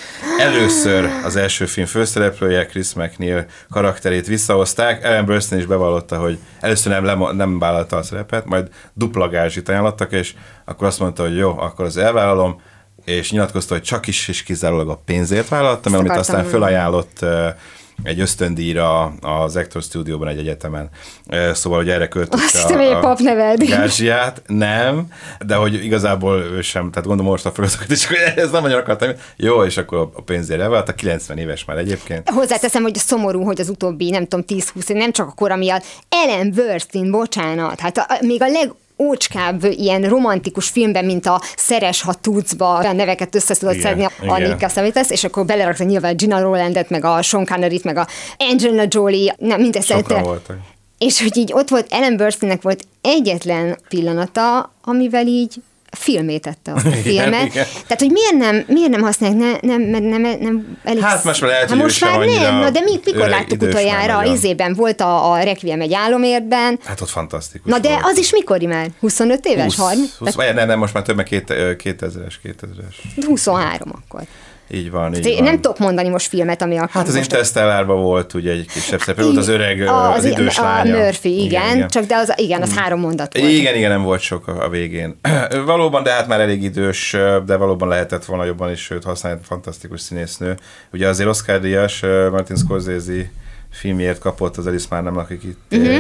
Először az első film főszereplője, Chris MacNeil karakterét visszahozták. Ellen Burstyn is bevallotta, hogy először nem, nem, nem vállalta a szerepet, majd dupla gázsit ajánlottak, és akkor azt mondta, hogy jó, akkor az elvállalom, és nyilatkozta, hogy csak is és kizárólag a pénzért vállalta, mert amit aztán felajánlott egy ösztöndíjra az Actors Studio-ban egy egyetemen. Szóval, hogy erre költötte a, a gázsiát. Nem, de hogy igazából ő sem, tehát gondolom most a feladatot is, hogy ez nem nagyon akartam. Jó, és akkor a pénzért elvált, a kilencven éves már egyébként. Hozzáteszem, hogy szomorú, hogy az utóbbi, nem tudom, tíz-húsz év, nem csak a kora miatt. Ellen Burstyn, bocsánat, hát a, még a leg ócskább ilyen romantikus filmben, mint a Szeres, ha tudsz-ba, olyan neveket össze tudod szedni, Annika Samitas, és akkor belerakta nyilván Gina Rowlandet, meg a Sean Conneryt, meg a Angelina Jolie, nem, mindezt sokan voltak. És hogy így ott volt, Ellen Burstynnek volt egyetlen pillanata, amivel így filmétette a filmet. Igen, igen. Tehát, hogy miért nem, miért nem használják, ne, nem, nem, nem, nem elég... Hát most már lehet, hát hogy most már nem, na, de mi, mikor láttuk utoljára? Az izében volt a, a Requiem egy álomértben. Hát ott fantasztikus. Na de volt. Az is mikori már? huszonöt éves? húsz, harminc? húsz, vagy nem, nem, most már több, meg kétezres, kétezres. huszonhárom akkor. Így van, így Én van. nem tudok mondani most filmet, ami akkor... Hát az Interstellárban volt ugye egy kisebb szereplő, volt az öreg, az, az idős a lánya. Murphy, igen, igen, igen, csak de az, igen, az három mondat volt. Igen, igen, nem volt sok a végén. Valóban, de hát már elég idős, de valóban lehetett volna jobban is, sőt, használni, fantasztikus színésznő. Ugye azért Oscar-díjas Martin Scorsese filmjét kapott, az Alice már nem lakik itt. Uh-huh.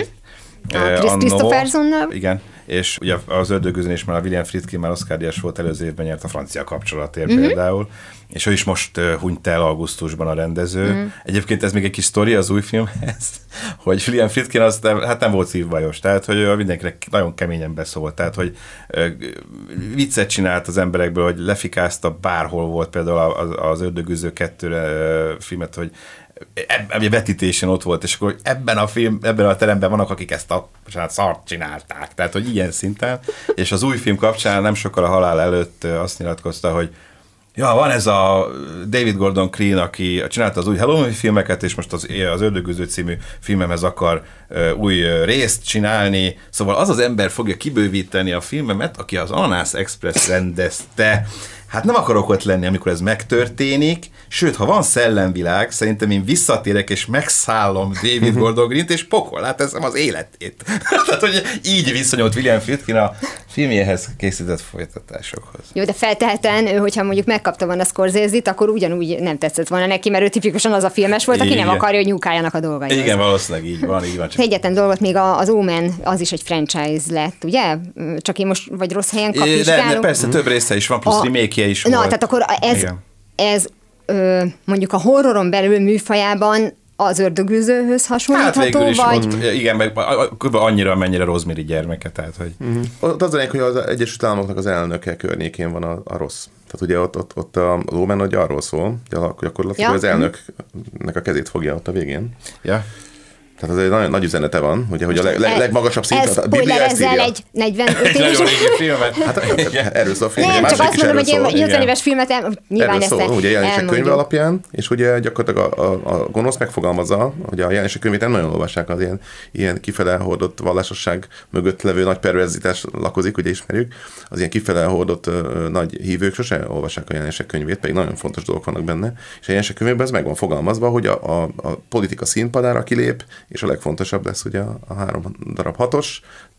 A Chris Christophersonnal. Igen, és ugye az Ördögűzön is már a William Friedkin már Oscar-díjas volt, előző évben nyert a Francia Kapcsolatért uh-huh. például, és ő is most uh, hunyt el augusztusban a rendező. Uh-huh. Egyébként ez még egy kis sztori az új filmhez, hogy William Friedkin az nem, hát nem volt szívbajos, tehát hogy ő mindenkinek nagyon keményen beszólt, tehát hogy uh, viccet csinált az emberekből, hogy lefikázta bárhol volt például az, az Ördögűző kettőre uh, filmet, hogy ebben a vetítésen ott volt, és akkor ebben a film, ebben a teremben vannak, akik ezt a szart csinálták. Tehát, hogy ilyen szinten. És az új film kapcsán nem sokkal a halál előtt azt nyilatkozta, hogy ja, van ez a David Gordon Green, aki csinálta az új Halloween filmeket, és most az, az Ördögűző című filmemhez akar uh, új uh, részt csinálni. Szóval az az ember fogja kibővíteni a filmemet, aki az Ananász Express rendezte. Hát nem akarok ott lenni, amikor ez megtörténik, sőt, ha van szellemvilág, szerintem én visszatérek és megszállom David Gordon Greent, és pokolá teszem az életét. Tehát, hogy így viszonyult William Friedkin a filmjéhez készített folytatásokhoz. Jó, de feltehetően ő, hogyha mondjuk megkapta volna a Scorsese-t, akkor ugyanúgy nem tetszett volna neki, mert ő tipikusan az a filmes volt, aki igen. nem akarja, hogy nyúkáljanak a dolgai. Igen, valószínűleg így van, így van. Csak... Egyetlen dolgot még az Omen, az is egy franchise lett, ugye? Csak én most vagy rossz helyen kapvizsgálom. De, de persze, több része is van, plusz a... remake-je is Na, volt. tehát akkor ez, ez ö, mondjuk a horroron belül műfajában az Ördögűzőhöz hasonlítható, hát végül is vagy? Ott, igen, meg kb. Annyira, mennyire Rosemary gyermeke, tehát hogy... Uh-huh. Ott az lényeg, hogy az Egyesült Államoknak az elnöke környékén van a, a rossz. Tehát ugye ott, ott, ott a Omen hogy arról szól, gyakorlatilag ja. az elnöknek a kezét fogja ott a végén. Ja. Tehát az egy nagyon nagy üzenete van, ugye, hogy a leg, leg, legmagasabb szint. Ez spoilerezzel egy negyvenöt éves... Nagyon régi filmet. Hát erről szól a film. Nem, csak azt mondom, hogy én ötven éves filmet el, nyilván erről szól, ugye a jelenések könyve alapján, és ugye gyakorlatilag a, a, a gonosz megfogalmazza, hogy a jelenések könyvét nem nagyon olvassák, az ilyen, ilyen kifele hordott vallásosság mögött levő nagy perverzitás lakozik, ugye ismerjük, az ilyen kifele hordott uh, nagy hívők sose olvassák a jelenések könyvét, pedig nagyon fontos dolgok vannak benne, és a jelenések könyvében ez meg van fogalmazva, hogy a, a, a politika színpadára kilép, és a legfontosabb lesz ugye a, a három darab hatos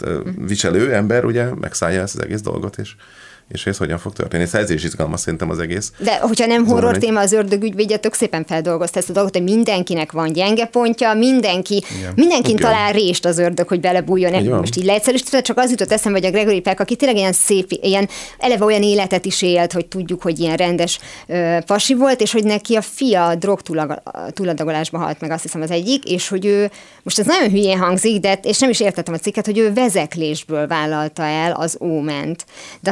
viselő ember, ugye megszállja ezt az egész dolgot, és, és ez hogyan fog történni. Ez is izgalmas szerintem az egész. De hogyha nem horror téma, az Ördögügyvédje tök szépen feldolgozta ezt a dolgot, hogy mindenkinek van gyenge pontja, mindenki, igen. mindenkin igen. talál rést az ördög, hogy belebújjon. Így most így leegyszerűsítve, csak az jutott eszembe, hogy a Gregory Peck, aki tényleg ilyen szép, ilyen eleve olyan életet is élt, hogy tudjuk, hogy ilyen rendes ö, pasi volt, és hogy neki a fia drog túladagolásba halt meg, azt hiszem az egyik, és hogy ő, most ez nagyon hülyén hangzik, de és nem is értettem a cikket, hogy ő vezeklésből vállalta el az Oment. De aztán meg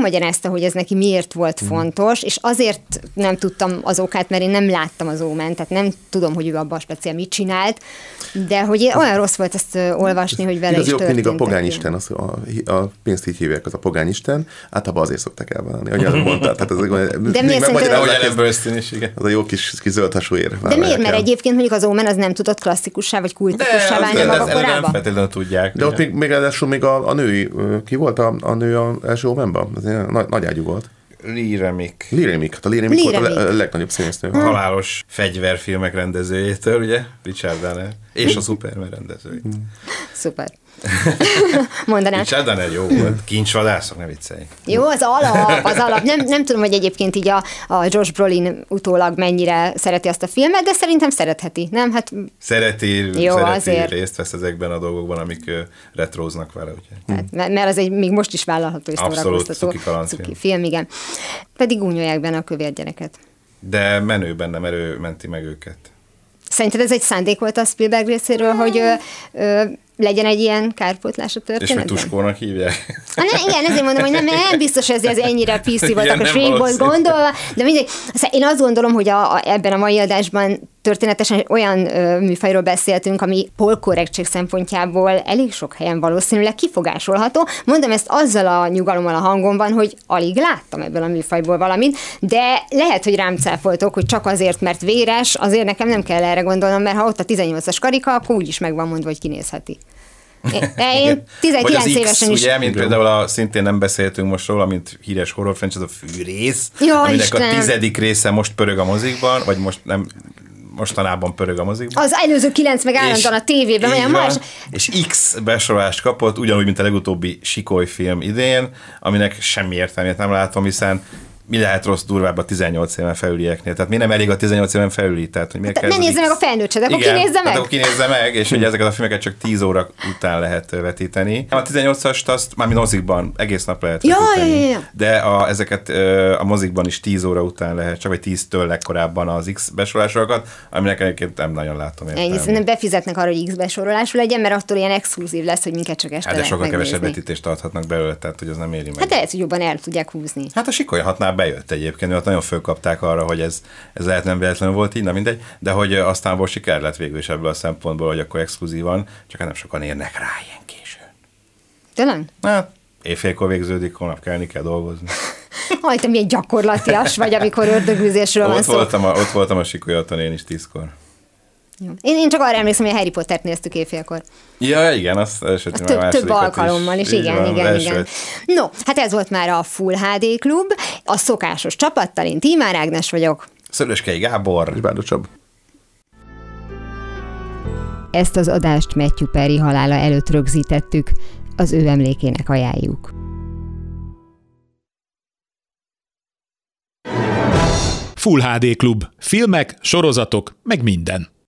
megmagyarázta, hogy ez neki miért volt fontos, és azért nem tudtam az okát, mert én nem láttam az Omen, tehát nem tudom, hogy ő abban speciál mit csinált, de hogy olyan rossz volt ezt olvasni, hogy vele Igaz, is történt. mindig a pogányisten, az, a, a pénzt így hívják, az a pogányisten, általában azért szokták elvállalni, ahogy mondtad. Tehát ez, de miért szerinted? Az a jó kis, kis zöld hasú ér. De miért? Mert egyébként mondjuk az Omen az nem tudott klasszikussá vagy kultikussá válni maga korában? Nem feltétlenül tudják. De ott még, még ráadásul még a, a női, ki volt a, a nő az első Omenban? Nagy, nagy ágyú volt. Lee Remick. Lee Remick, hát a Lee Remick volt a, le, a legnagyobb színésznő. A halálos fegyverfilmek rendezőjétől, ugye? Richard Donner. És a Superman rendezőjét. Szuper. Mondanám. Richard Donner jó volt. Kincsvadászok, ne viccelj. Jó, az alap, az alap. Nem, nem tudom, hogy egyébként így a, a Josh Brolin utólag mennyire szereti azt a filmet, de szerintem szeretheti, nem? Hát szereti, jó, szereti azért. Részt vesz ezekben a dolgokban, amik uh, retróznak vele. Hát, mert az egy még most is vállalható és abszolút cuki kalandfilm. Cuki film, igen. Pedig gúnyolják benne a kövér gyereket. De menő benne, mert ő menti meg őket. Szerinted ez egy szándék volt a Spielberg részéről, hogy ö, ö, legyen egy ilyen kárpótlás a történetben? És meg Tuskónak hívják? Ah, ne, igen, ezért mondom, hogy nem, nem biztos, hogy ez, ez ennyire pé cé volt, akkor végból gondolva, de mindegy. Én azt gondolom, hogy a, a, ebben a mai adásban történetesen olyan ö, műfajról beszéltünk, ami polkorrektség szempontjából elég sok helyen valószínűleg kifogásolható. Mondom ezt azzal a nyugalommal a hangomban, hogy alig láttam ebből a műfajból valamit, de lehet, hogy rám cáfoltok, hogy csak azért, mert véres, azért nekem nem kell erre gondolnom, mert ha ott a tizennyolcas karika, akkor úgyis meg van mondva, hogy kinézheti. Én tizenkilenc évesen is. Ugye, mint például a, szintén nem beszéltünk most róla, mint híres horror franchise, az a Fűrész, ja, aminek Isten. a tizedik része most pörög a mozikban, vagy most nem, mostanában pörög a mozikban. Az előző kilenc meg állandóan a tévében, olyan más. És X besorolást kapott, ugyanúgy, mint a legutóbbi Sikoly film idén, aminek semmi értelmét nem látom, hiszen mi lehet rossz durvább a tizennyolc éven felülieknél? Tehát mi nem elég a tizennyolc éven felüli? Tehát, hogy miért ne nézze meg a felnőtt, de akkor kinézze meg. akkor kinézze meg, és ugye ezeket a filmeket csak tíz óra után lehet vetíteni. A tizennyolcast azt már mozikban egész nap lehet ja, vetíteni. ja, ja. De a, ezeket a mozikban is tíz óra után lehet, csak vagy tíztől legkorábban az X besorolásokat, aminek egyébként nem nagyon látom értelmét. Ennyi, szerintem befizetnek arra, hogy X besorolású legyen, mert attól ilyen exkluzív lesz, hogy minket csak este hát, de lehet sokkal megnézni. kevesebb vetítést adhatnak belőle, tehát hogy az nem éri meg. Hát lehet, hogy jobban el tudják húzni. Hát a Sikoly hatnál bejött egyébként, mert nagyon fölkapták arra, hogy ez, ez lehet nem véletlenül volt így, na mindegy, de hogy aztán volt siker lett végül is ebből a szempontból, hogy akkor exkluzívan, csak nem sokan érnek rá ilyen későn. Tényleg? Hát, éjfélkor végződik, holnap kelni kell dolgozni. Haj, te milyen gyakorlatias vagy, amikor ördögűzésről van ott szó. Voltam a, ott voltam a Sikolyaton én is tízkor. Én, én csak arra emlékszem, hogy a Harry Pottert néztük éjfélkor. Ja, igen, azt esetleg több, több alkalommal is, igen, van, igen, igen. No, hát ez volt már a Full há dé Klub, a szokásos csapattal, én Tímár Ágnes vagyok. Szöröskei Gábor. És Bárdó Csaba. Ezt az adást Matthew Perry halála előtt rögzítettük, az ő emlékének ajánljuk. Full há dé Klub. Filmek, sorozatok, meg minden.